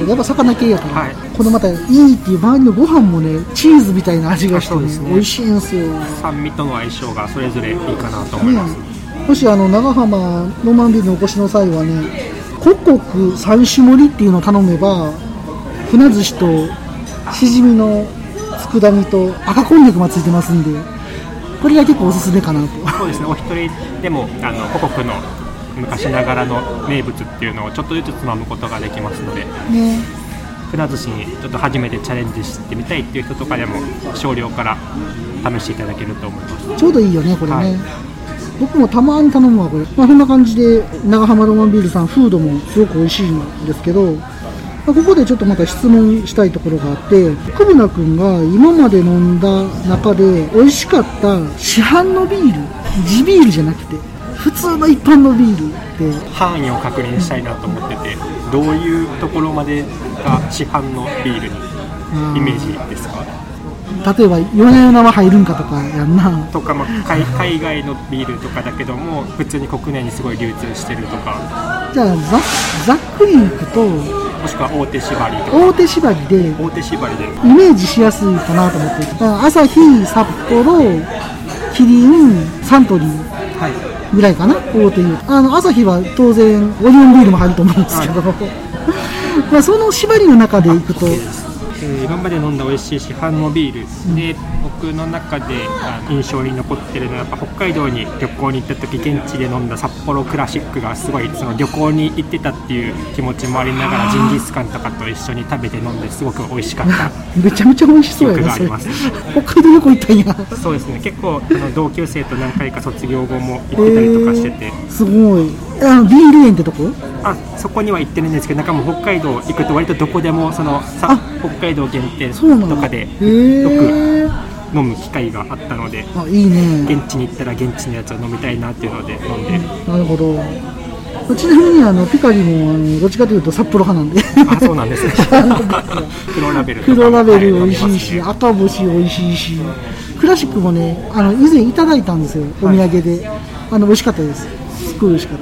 Speaker 1: やっぱ魚系やから、はい、このまたいいっていう周りのご飯もね、チーズみたいな味がしてね、美味しいんですよ。
Speaker 2: 酸味との相性がそれぞれいいかなと思います。
Speaker 1: もし長浜ロマンビールにお越しの際はね、ココク3種盛りっていうのを頼めば、船寿司としじみの佃煮と赤こんにゃくもついてますんで、これが結構おすすめかなと。
Speaker 2: そうですね、お一人でもココクの昔ながらの名物っていうのをちょっとずつつまむことができますので、ね、船寿司にちょっと初めてチャレンジしてみたいっていう人とかでも少量から試していただけると思います。
Speaker 1: ちょうどいいよねこれね、はい、僕もたまに頼むわこれ。そんな感じで長浜ロマンビールさんフードもすごく美味しいんですけど、ここでちょっとまた質問したいところがあって、久保名君が今まで飲んだ中で美味しかった市販のビール、地ビールじゃなくて普通の一般のビールって
Speaker 2: 範囲を確認したいなと思ってて、どういうところまでが市販のビールにイメージですか？
Speaker 1: 例えば米山は入るんかとかやんな
Speaker 2: とか、海外のビールとかだけども普通に国内にすごい流通してるとか。
Speaker 1: じゃあざっくりいくと、
Speaker 2: もしくは大手縛りとか。
Speaker 1: 大手縛りでイメージしやすいかなと思って、アサヒ、札幌、キリン、サントリーぐらいかな、大手いう。アサヒは当然オリオンビールも入ると思うんですけど、はい、その縛りの中でいくと、
Speaker 2: 今まで飲んだ美味しい市販のビールで、僕の中で印象に残ってるのはやっぱ北海道に旅行に行った時、現地で飲んだ札幌クラシックがすごい、その旅行に行ってたっていう気持ちもありながら、ジンギスカンとかと一緒に食べて飲んですごく美味しかった
Speaker 1: めちゃめちゃ美味しそうやね。北海道旅行行ったんや。
Speaker 2: そうですね、結構同級生と何回か卒業後も行ってたりとかしてて、
Speaker 1: すごい。ビール園ってとこ？
Speaker 2: そこには行ってるんですけど、なんかもう北海道行くと割とどこでも北海道限定とかでよく飲む機会があったので、
Speaker 1: いいね、
Speaker 2: 現地に行ったら現地のやつを飲みたいなっていうので飲んで。
Speaker 1: なるほど。ちなみにピカリもどっちかというと札幌派なんで。
Speaker 2: そうなんですね黒ラベル
Speaker 1: 美味しいし、赤星美味しいし、クラシックもね以前いただいたんですよ、お土産で。美味しかったです。すごい美味しかった。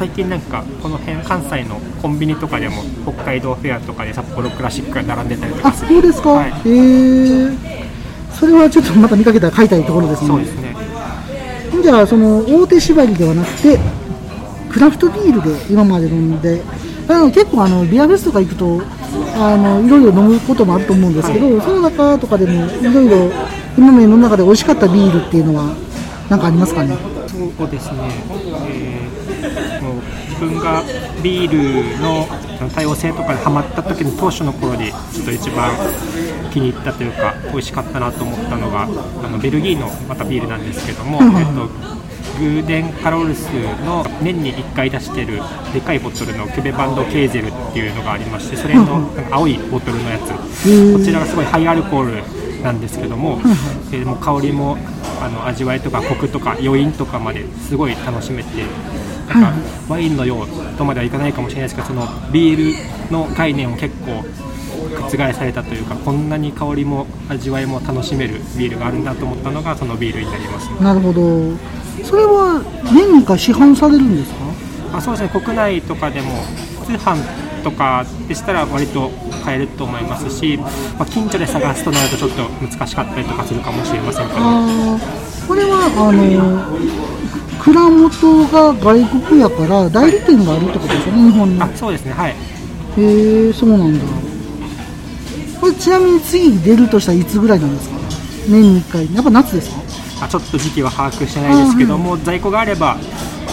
Speaker 2: 最近なんかこの辺関西のコンビニとかでも北海道フェアとかで札幌クラシックが並んでたりとかする。
Speaker 1: そうですか、はい、それはちょっとまた見かけたら買いたいところですね。
Speaker 2: そうですね。
Speaker 1: じゃあその大手縛りではなくてクラフトビールで今まで飲んで、結構ビアフェスとか行くといろいろ飲むこともあると思うんですけど、はい、その中とかでもいろいろ今までの中で美味しかったビールっていうのは何かありますかね？
Speaker 2: そうですね、もう自分がビールの多様性とかにハマった時の当初の頃にちょっと一番気に入ったというか美味しかったなと思ったのがベルギーのまたビールなんですけども、グーデンカロルスの年に1回出してるでかいボトルのキュベバンドケーゼルっていうのがありまして、それの青いボトルのやつ、こちらがすごいハイアルコールなんですけども、もう香りも味わいとかコクとか余韻とかまですごい楽しめて、なんかワインのようとまではいかないかもしれないですけど、そのビールの概念を結構覆されたというか、こんなに香りも味わいも楽しめるビールがあるんだと思ったのがそのビールになります。
Speaker 1: なるほど。それは年にか市販されるんですか？
Speaker 2: そうですね、国内とかでも通販とかでしたら割と買えると思いますし、近所で探すとなるとちょっと難しかったりとかするかもしれませんけど、
Speaker 1: これは蔵元が外国やから代理店があるってことですかね、日本に。
Speaker 2: そうですね、はい。
Speaker 1: そうなんだ。これちなみに次出るとしたらいつぐらいなんですか？年に1回。やっぱ夏ですか？
Speaker 2: ちょっと時期は把握してないですけども、在庫があれば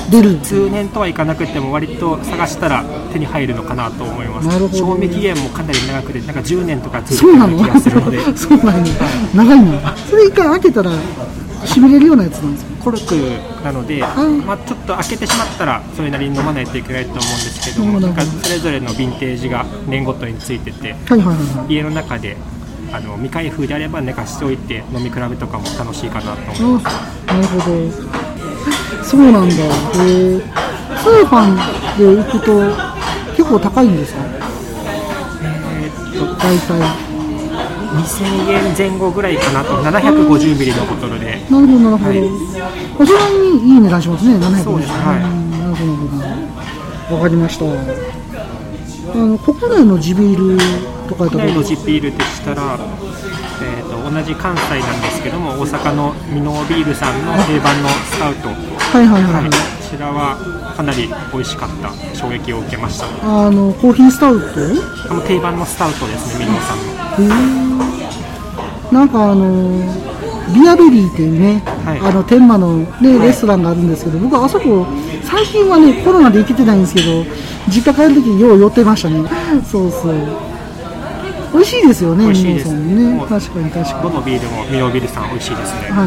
Speaker 1: 出る。
Speaker 2: 通年とはいかなくても割と探したら手に入るのかなと思います。
Speaker 1: なるほど。
Speaker 2: 賞味期限もかなり長くて、なんか10年とか続くような気がするので。
Speaker 1: そうなの長いの。それ一回開けたらしびれるようなやつなんですか？
Speaker 2: コルクなので、ちょっと開けてしまったらそれなりに飲まないといけないと思うんですけども、なんかそれぞれのヴィンテージが年ごとについてて、家の中で未開封であれば寝かしておいて飲み比べとかも楽しいかなと思います。
Speaker 1: なるほど、そうなんだ。通販で行くと結構高いんですか？大体
Speaker 2: 2000円前後ぐらいかなと。750ミリのボトルで。
Speaker 1: なるほどなるほど、それなりにいい値段しますね。750。
Speaker 2: そうですね、はい、
Speaker 1: なるほど、わかりました。国内の地ビールとか
Speaker 2: 国内の地ビールでしたら、同じ関西なんですけども、大阪のミノービールさんの定番のスタウト、こちらはかなり美味しかった。衝撃を受けました。
Speaker 1: コーヒースタウト？
Speaker 2: 定番のスタウトですね、ミノーさんの。
Speaker 1: なんかビアベリーっていうね、天満の、ね、レストランがあるんですけど、僕はあそこ最近はねコロナで行けてないんですけど、実家帰るときよう寄ってましたね。そうそう、美味しいですよね、ミノーさんね。確かに確かに。
Speaker 2: どのビールもミノービールさん美味しいですね。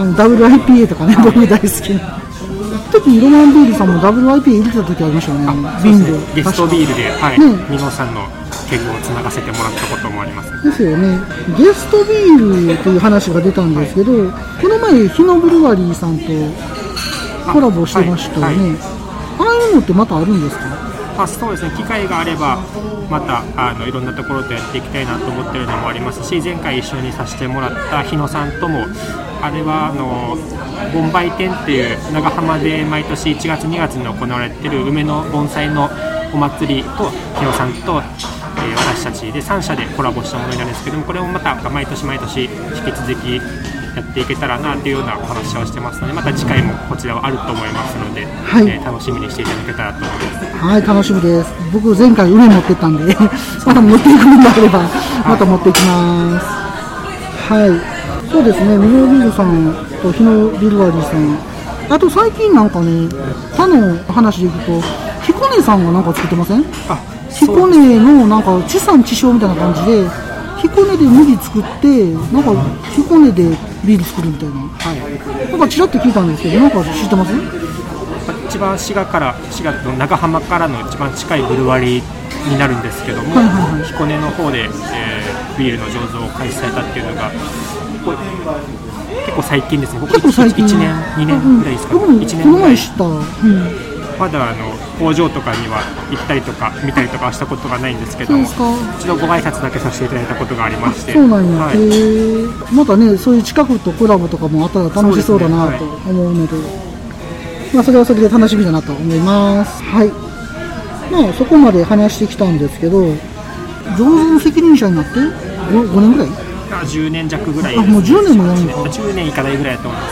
Speaker 1: WIPA とかね、僕大好きな。時ロマンビールさんも WIPA 入れてた時ありましたよね。
Speaker 2: 瓶でゲストビールで、ミノーさんのケグをつながせてもらったこともあります。
Speaker 1: ですよね。ゲストビールという話が出たんですけど、この前日野ブルワリーさんとコラボしてましたよね。ああいうのってまたあるんですか？
Speaker 2: そうですね、機会があればまたいろんなところとやっていきたいなと思っているのもありますし、前回一緒にさせてもらった日野さんとも、あれはボンバイ展っていう長浜で毎年1月2月に行われている梅の盆栽のお祭りと日野さんと、私たちで3社でコラボしたものになるんですけども、これもまた毎年毎年引き続きやっていけたらなというようなお話をしてますので、また次回もこちらはあると思いますので、楽しみにしていただけたらと思います。
Speaker 1: はい、楽しみです。僕前回梅持ってったんでまた持っていくんであればまた持っていきます。はい、そうですね。ミノービールさんと日野ビルワリーさん、あと最近なんかね、他の話でいくと彦根さんがなんか作ってません？彦根のなんか地産地消みたいな感じで、彦根で麦作ってなんか彦根でビール作るみたいな、なんかちらっと聞いたんですけど、なんか知ってます？
Speaker 2: 一番滋賀の長浜からの一番近いブルワリーになるんですけども、彦根の方で、ビールの醸造を開始されたっていうのが結構最近ですね。
Speaker 1: 結構最近、
Speaker 2: 1年2年ぐらいですかね。1年ぐらい知った、まだ工場とかには行ったりとか見たりとかしたことがないんですけども、一度ご挨拶だけさせていただいたことがありまして。
Speaker 1: そうなんや、またね、そういう近くとコラボとかもあったら楽しそうだなと思うので、それはそれで楽しみだなと思います。はい、そこまで話してきたんですけど、醸造責任者になって 5年ぐらい
Speaker 2: ？10年弱ぐらいです、
Speaker 1: もう10年もやるのか。
Speaker 2: 10年いかないぐらいだと思います。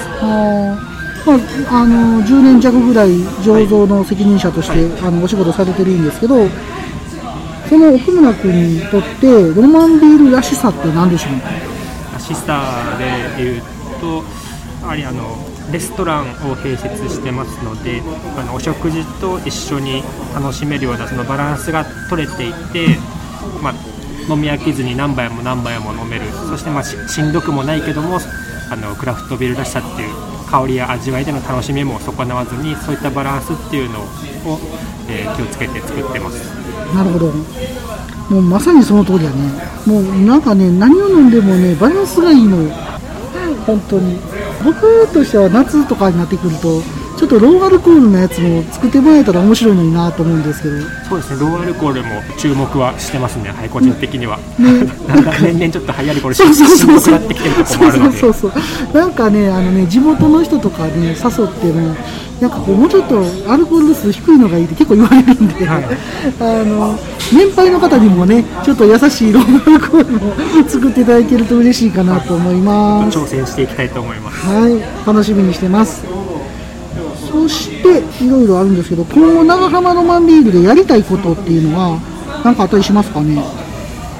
Speaker 1: 10年弱ぐらい醸造の責任者として、お仕事されてるんですけど、その奥村君にとってロマンビールらしさって何でしょうね？
Speaker 2: らしさでいうと、やはりレストランを併設してますので、お食事と一緒に楽しめるようなそのバランスが取れていて、飲み飽きずに何杯も何杯も飲める、そしてしんどくもないけどもクラフトビールらしさっていう香りや味わいでの楽しみも損なわずに、そういったバランスっていうのを、気をつけて作ってます。
Speaker 1: なるほど、もうまさにその通りだね。もうなんかね、何を飲んでもねバランスがいいのよ本当に。僕としては夏とかになってくるとちょっとローアルコールのやつも作ってもらえたら面白いのになと思うんですけど。
Speaker 2: そうですね、ローアルコールも注目はしてますね、個人的には、年々ちょっと流行りこれしんどくなってきてるところもあるので、
Speaker 1: なんかね、地元の人とかね誘ってもなんかもうちょっとアルコール度数低いのがいいって結構言われるんで、年配の方にもねちょっと優しいローアルコールも作っていただけると嬉しいかなと思います。
Speaker 2: 挑戦していきたいと思います。
Speaker 1: はい、楽しみにしてます。そしていろいろあるんですけど、今後長浜ロマンビールでやりたいことっていうのは何かあったりしますかね？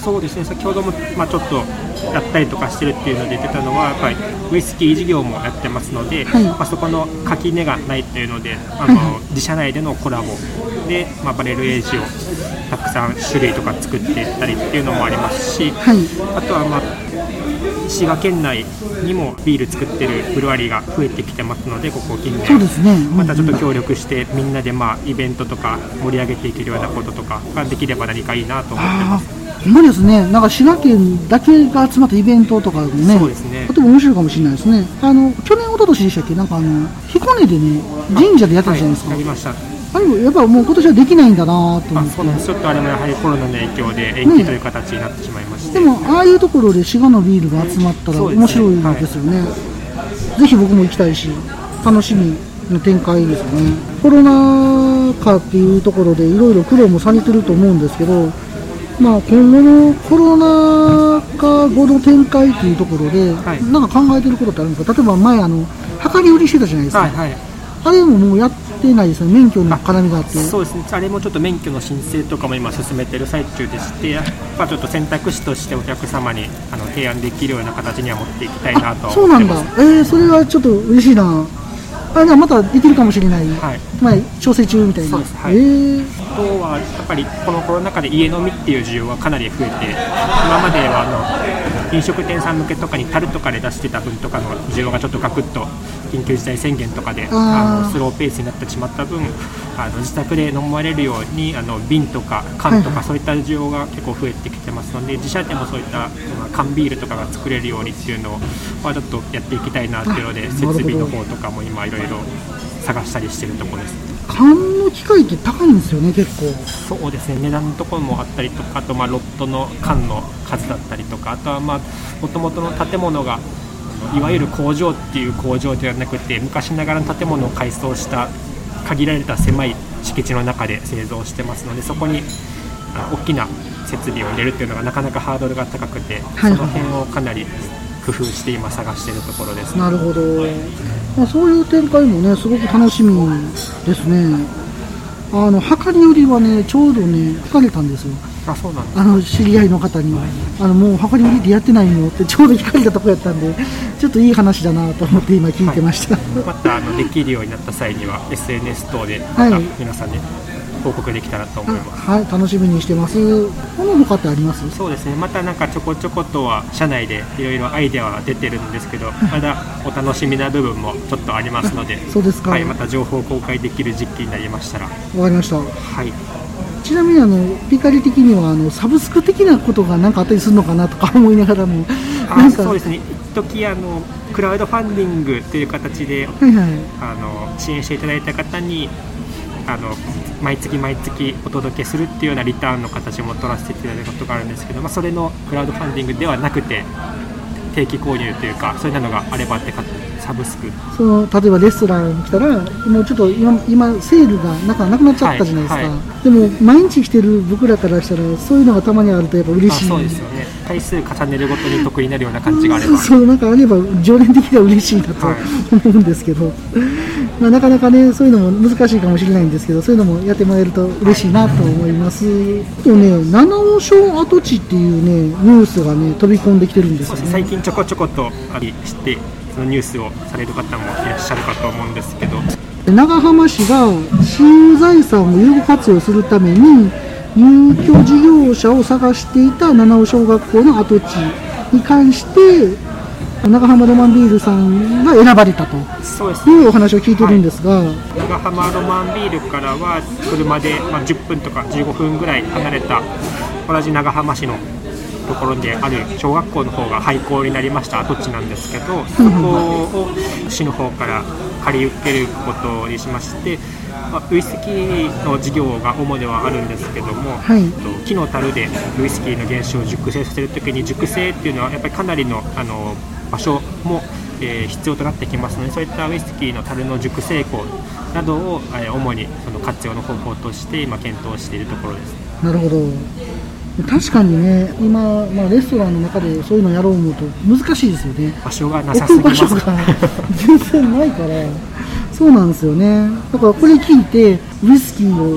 Speaker 2: そうですね、先ほども、ちょっとやったりとかしてるっていうので出てたのはやっぱりウイスキー事業もやってますので、そこの垣根がないっていうので自社内でのコラボで、バレルエイジをたくさん種類とか作っていったりっていうのもありますし、あとは滋賀県内にもビール作ってるブルワリーが増えてきてますので、ここ近年
Speaker 1: そうですね、
Speaker 2: またちょっと協力してみんなでイベントとか盛り上げていけるようなこととかができれば何かいいなと思ってます。
Speaker 1: ほんまですね、なんか滋賀県だけが集まったイベントとかね、
Speaker 2: そうですね、
Speaker 1: とても面白いかもしれないですね。去年一昨年でしたっけ、なんか彦根でね神社でやってたじゃないですか。
Speaker 2: やりました。
Speaker 1: あれもやっぱもう今年はできないんだなと思って。
Speaker 2: そうなんです。ちょっとあれもやはりコロナの影響で延期という形になってしまいまして、
Speaker 1: でもああいうところで滋賀のビールが集まったら面白いですよね。ぜひ僕も行きたいし、楽しみの展開ですよね。コロナ禍っていうところでいろいろ苦労もされてると思うんですけど、今後のコロナ禍後の展開っていうところで、なんか考えてることってあるんですか。例えば前量り売りしてたじゃないですか。あれももうやってないですね、免許の絡みがあって。
Speaker 2: そうですね、あれもちょっと免許の申請とかも今進めてる最中でして、ちょっと選択肢としてお客様に提案できるような形には持っていきたいなと思ってます。
Speaker 1: そうなんだ。それはちょっと嬉しいな。またできるかもしれない、調整中みたいな。
Speaker 2: そうです、あとはやっぱりこのコロナ禍で家飲みっていう需要がかなり増えて、今までは飲食店さん向けとかに樽とかで出してた分とかの需要がちょっとガクッと緊急事態宣言とかでスローペースになってしまった分、自宅で飲まれるように瓶とか缶とかそういった需要が結構増えてきてますので、自社でもそういった缶ビールとかが作れるようにっていうのをちょっとやっていきたいなっていうので、設備の方とかも今いろいろ探したりしてるところです。
Speaker 1: 缶の機械って高いんですよね、結構。
Speaker 2: そうですね、値段のところもあったりとか、あとロットの缶の数だったりとか、あとはもともとの建物がいわゆる工場っていう工場ではなくて、昔ながらの建物を改装した限られた狭い敷地の中で製造してますので、そこに大きな設備を入れるっていうのがなかなかハードルが高くて、その辺をかなり工夫して今探しているところです。
Speaker 1: なるほど。そういう展開もねすごく楽しみですね。量り売りはねちょうどね聞かれたんですよ。
Speaker 2: そうなんです。
Speaker 1: 知り合いの方にもう量り売りってやってないのってちょうど聞かれたとこやったんで、ちょっといい話だなと思って今聞いてました。
Speaker 2: またできるようになった際には SNS 等でまた皆さんに報告できたらと思います。
Speaker 1: 楽しみにしてます。この他ってあります？
Speaker 2: そうですね、またなんかちょこちょことは社内でいろいろアイデアは出てるんですけど、まだお楽しみな部分もちょっとありますので、
Speaker 1: そうですか。
Speaker 2: また情報公開できる時期になりましたら。
Speaker 1: わかりました。ちなみに
Speaker 2: ピ
Speaker 1: カリ的にはサブスク的なことが何かあったりするのかなとか思いながらも、
Speaker 2: そうですね、一時クラウドファンディングという形で、支援していただいた方に毎月毎月お届けするっていうようなリターンの形も取らせていただいたことがあるんですけど、それのクラウドファンディングではなくて定期購入というか、そういうのがあればってサブスク、
Speaker 1: 例えばレストランに来たらもうちょっと今セールがなくなっちゃったじゃないですか、でも毎日来てる僕らからしたらそういうのがたまにあるとやっぱ嬉しい。
Speaker 2: そうですよね、回数重ねるごとに得になるような感じがあれば
Speaker 1: なんかあれば常連的には嬉しいなと思うんですけど、なかなかねそういうのも難しいかもしれないんですけど、そういうのもやってもらえると嬉しいなと思います。七尾小跡地っていうねニュースがね飛び込んできてるんですよね。
Speaker 2: 最近ちょこちょことありしてそのニュースをされる方もいらっしゃるかと思うんですけど、
Speaker 1: 長浜市が私有財産を有効活用するために入居事業者を探していた七尾小学校の跡地に関して長浜ロマンビールさんが選ばれたというお話を聞いてるんですが、
Speaker 2: 長浜ロマンビールからは車で10分とか15分ぐらい離れた同じ長浜市のところである小学校の方が廃校になりました跡地なんですけど、そこを市の方から借り受けることにしまして、ウイスキーの事業が主ではあるんですけども、木の樽でウイスキーの原酒を熟成させるときに熟成っていうのはやっぱりかなりの場所も必要となってきますので、そういったウイスキーの樽の熟成庫などを主にその活用の方法として今検討しているところです。
Speaker 1: なるほど。確かにね、今、レストランの中でそういうのやろう思うと難しいですよね。
Speaker 2: 場所がなさすぎます。
Speaker 1: 置く場所が全然ないからそうなんですよね。だからこれ聞いてウイスキーを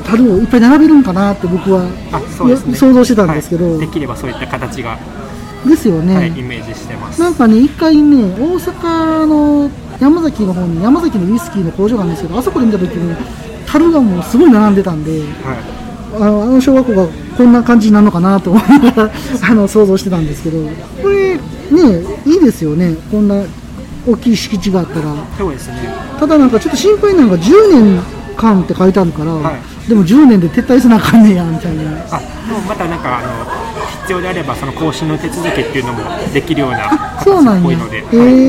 Speaker 1: 樽をいっぱい並べるんかなって僕は
Speaker 2: そうですね、
Speaker 1: 想像してたんですけど、
Speaker 2: はい、できればそういった形が
Speaker 1: ですよね、
Speaker 2: はい、イメージしてます。
Speaker 1: なんかね、一回ね、大阪の山崎の方に山崎のウイスキーの工場があるんですけど、あそこで見た時に樽がもうすごい並んでたんで、はい、あの小学校がこんな感じになるのかなと思いながら想像してたんですけど、これね、いいですよね、こんな大きい敷地があったら。
Speaker 2: そうですね。
Speaker 1: ただなんかちょっと心配なのが10年間って書いてあるから、はい、でも10年で撤退せなあかんねやみたいな。
Speaker 2: もうまたなんか必要であればその更新の手続きっていうのもできるような形っぽいので。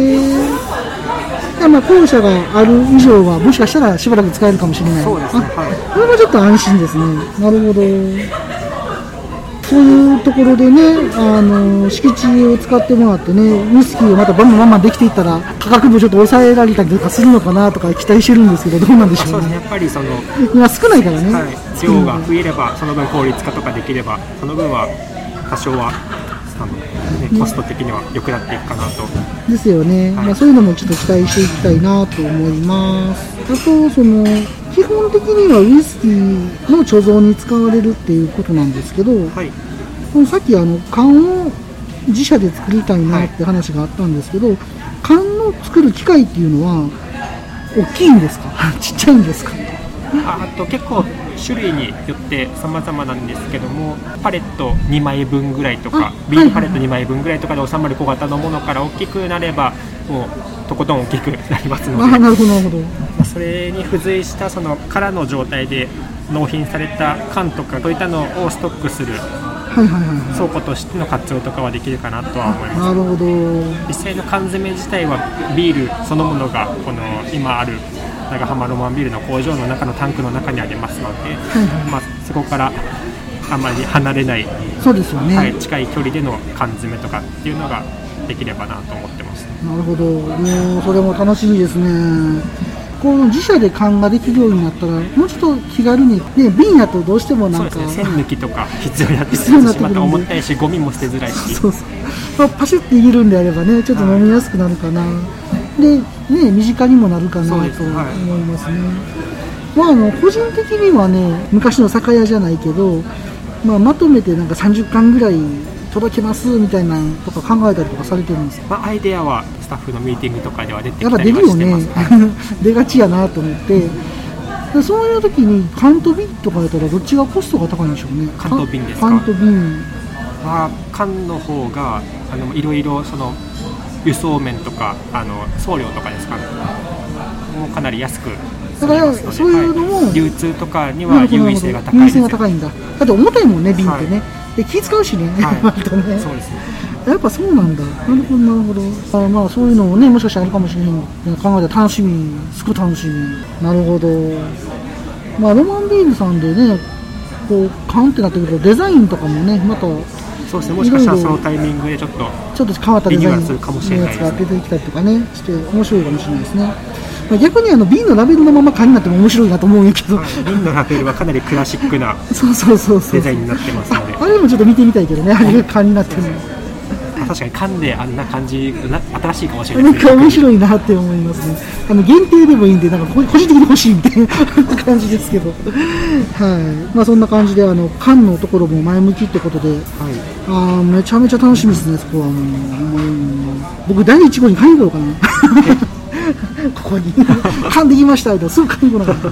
Speaker 1: まあ校舎がある以上はもしかしたらしばらく使えるかもしれない。
Speaker 2: そうですね。はい。
Speaker 1: これもちょっと安心ですね。なるほど。そういうところでね、敷地を使ってもらってね、ウイスキーをまたバンバンできていったら価格もちょっと抑えられたりとかするのかなとか期待してるんですけど、どうなんでしょうね。
Speaker 2: そうですね。やっぱり
Speaker 1: 今少ないからね。
Speaker 2: はい。量が増えれば、その分効率化とかできれば、その分は多少はコスト的には良くなっていくかなと。
Speaker 1: ですよね。はい、まあそういうのもちょっと期待していきたいなと思います。あと基本的にはウイスキーの貯蔵に使われるっていうことなんですけど、はい、さっき缶を自社で作りたいなって話があったんですけど、はい、缶の作る機械っていうのは大きいんですかちっちゃいんですか？
Speaker 2: あと結構種類によって様々なんですけども、パレット2枚分ぐらいとか、ビールパレット2枚分ぐらいとかで収まる小型のものから大きくなればもうとことん大きくなりますので、
Speaker 1: なるほどなるほど。
Speaker 2: それに付随した空の状態で納品された缶とかそういったのをストックする倉庫としての活用とかはできるかなとは思います。
Speaker 1: なるほど。
Speaker 2: 実際の缶詰自体はビールそのものがこの今ある長浜ロマンビールの工場の中のタンクの中にありますので、まあ、そこからあまり離れない、
Speaker 1: そうですよね、
Speaker 2: はい、近い距離での缶詰とかっていうのができればなと思ってます。
Speaker 1: なるほど。もうそれも楽しみですね。この自社で缶ができるようになったらもうちょっと気軽に、ね、瓶やとどうしてもなんか、
Speaker 2: そうですね、線抜きとか必要になってくるし、また重たいしゴミも捨てづらいし、
Speaker 1: そうパシュッていけるんであればね、ちょっと飲みやすくなるかな、でね、身近にもなるかなと思いますね。まあ個人的にはね、昔の酒屋じゃないけど、まとめてなんか30缶ぐらい届けますみたいなとか考えたりとかされてるんですか？
Speaker 2: アイデアはスタッフのミーティングとかでは出てきたりはしてます。
Speaker 1: やっぱ出るよね出がちやなと思って、でそういう時に缶と瓶とかやったらどっちがコストが高いんでしょうね。
Speaker 2: 缶と瓶ですか？
Speaker 1: 缶と瓶
Speaker 2: は缶の方がいろいろ輸送面とか送料とかですかね、もうかなり安く
Speaker 1: だからそういうのも、
Speaker 2: はい、流通とかには優位性が高いですよ。
Speaker 1: 優位性が高いんだ。だって重たいもんね、瓶ってね、はい、で気使うしね、
Speaker 2: はい、
Speaker 1: 割とね。
Speaker 2: そうですね。
Speaker 1: やっぱそうなんだ。なるほどなるほど。まあそういうのもね、もしかしたらあるかもしれない。考えたら楽しみ、すごい楽しみ。なるほど。まあロマンビールさんでね、こう缶ってなってくるとデザインとかもね、また
Speaker 2: そうですね、もしかしたらそのタイミングでちょっと
Speaker 1: 変わったデザインのやつが出てきたりとかねして面白いかもしれないですね。逆に瓶のラベルのまま缶になっても面白いなと思うんやけど、
Speaker 2: 瓶のラベルはかなりクラシックなデザインになってますので、
Speaker 1: あれもちょっと見てみたいけどね、あれが缶になってるの。
Speaker 2: 確かに缶であんな感じ新しいかもしれないですね。
Speaker 1: なんか面白いなって思いますね。限定でもいいんで、なんか個人的に欲しいみたいな感じですけど、はい。まあそんな感じで缶のところも前向きってことで、はい、めちゃめちゃ楽しみですね。そこはもう僕第1号に買いに行こうかな。ここに缶できましたみたいな、すぐ買いに行こうなかった。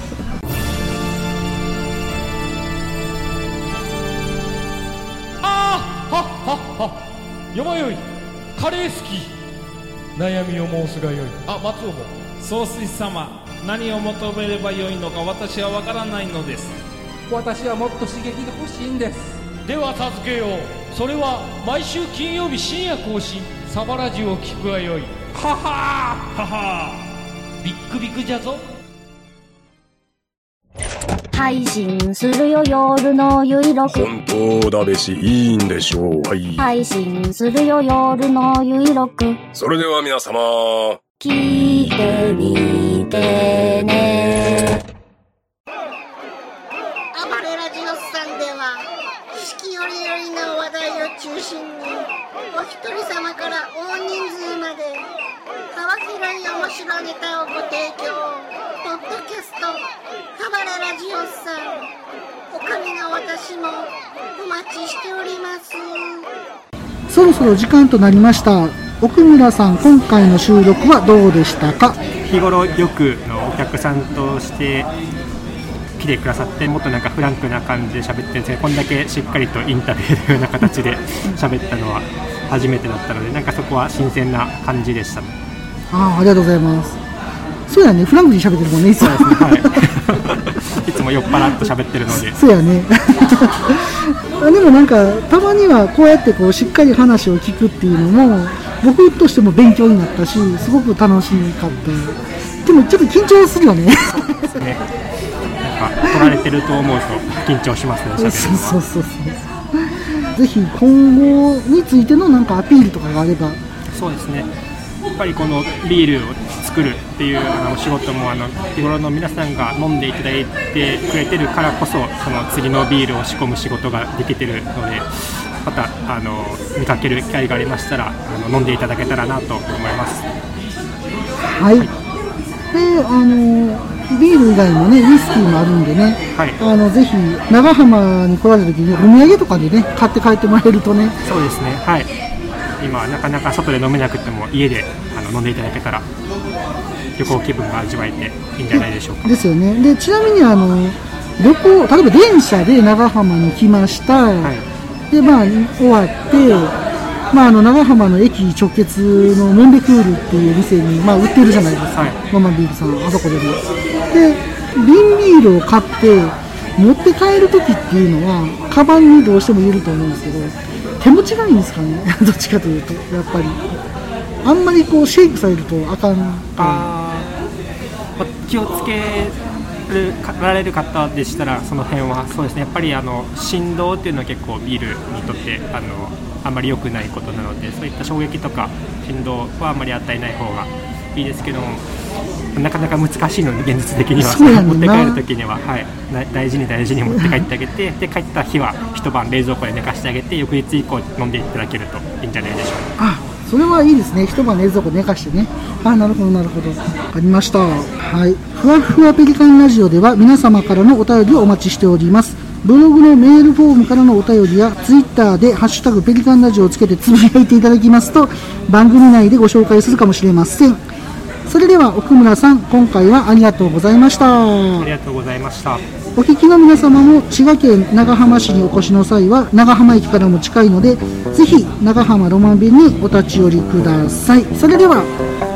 Speaker 3: よまよいカレー好き、悩みを申すがよい。松尾も
Speaker 6: 総帥様、何を求めればよいのか私は分からないのです。
Speaker 3: 私はもっと刺激が欲しいんです。では助けよう。それは毎週金曜日深夜更新サバラジュを聞くがよい。ははーははー、ビックビックじゃぞ。
Speaker 7: 配信するよ夜のゆいろく。
Speaker 8: 本当だべしいいんでしょう。はい。
Speaker 7: 配信するよ夜のゆいろく。
Speaker 8: それでは皆様
Speaker 7: 聞いてみてね。
Speaker 9: 暴れラジオスさんでは四季折々の話題を中心にお一人様から大人数まで幅広い面白ネタをご提供。ポッドキャスト暴れラジオさん、おかみの私もお待ちしております。
Speaker 1: そろそろ時間となりました。奥村さん、今回の収録はどうでしたか？
Speaker 2: 日頃よくお客さんとして来てくださって、もっとなんかフランクな感じで喋ってるんですけど、こんだけしっかりとインタビューのような形で喋ったのは初めてだったので、なんかそこは新鮮な感じでした。
Speaker 1: ありがとうございます。そうやね、フランクに喋ってるもんね、いつも。
Speaker 2: はい、いつも酔っ払っと喋ってるので。
Speaker 1: そうやね。でもなんかたまにはこうやってしっかり話を聞くっていうのも僕としても勉強になったし、すごく楽しかった。でもちょっと緊張するよね。
Speaker 2: そうですね。なんか取られてると思うと緊張しますね。喋るのは。
Speaker 1: そう。ぜひ今後についてのなんかアピールとかがあれば。
Speaker 2: そうですね。やっぱりこのビールを作るっていうお仕事も日頃の皆さんが飲んでいただいてくれてるからこそ、その次のビールを仕込む仕事ができてるので、また見かける機会がありましたら飲んでいただけたらなと思います。
Speaker 1: はい。でビール以外もね、ウイスキーもあるんでね、はい、ぜひ長浜に来られた時にお土産とかでね買って帰ってもらえるとね。
Speaker 2: そうですね。はい。今なかなか外で飲めなくても家で飲んでいただけたら旅行気分が味わえていいんじゃないでしょうか。
Speaker 1: ですよね。でちなみに旅行、例えば電車で長浜に来ました、はい、で終わって、長浜の駅直結のモンベクールっていう店に、売ってるじゃないですか、はい、ロマンビールさん、あそこでも。で瓶ビールを買って持って帰るときっていうのはカバンにどうしても入れると思うんですけど、手持ちがいいんですかね。どっちかというとやっぱりあんまりシェイクされるとあかん。
Speaker 2: 気をつけられる方でしたらその辺はそうですね。やっぱり振動っていうのは結構ビールにとってあんまり良くないことなので、そういった衝撃とか振動はあんまり与えない方がいいですけども、なかなか難しいので現実的には持って帰るときには、はい、大事に持って帰ってあげてで帰った日は一晩冷蔵庫で寝かしてあげて翌日以降飲んでいただけるといいんじゃないでしょうか。
Speaker 1: それはいいですね。一晩冷蔵庫寝かしてね。なるほど分かりました。はい、ふわふわペリカンラジオでは皆様からのお便りをお待ちしております。ブログのメールフォームからのお便りやツイッターでハッシュタグペリカンラジオをつけてつぶやいていただきますと番組内でご紹介するかもしれません。それでは奥村さん、今回はありがとうございました。
Speaker 2: ありがとうございました。
Speaker 1: お聞きの皆様も滋賀県長浜市にお越しの際は長浜駅からも近いのでぜひ長浜ロマン便にお立ち寄りください。それでは。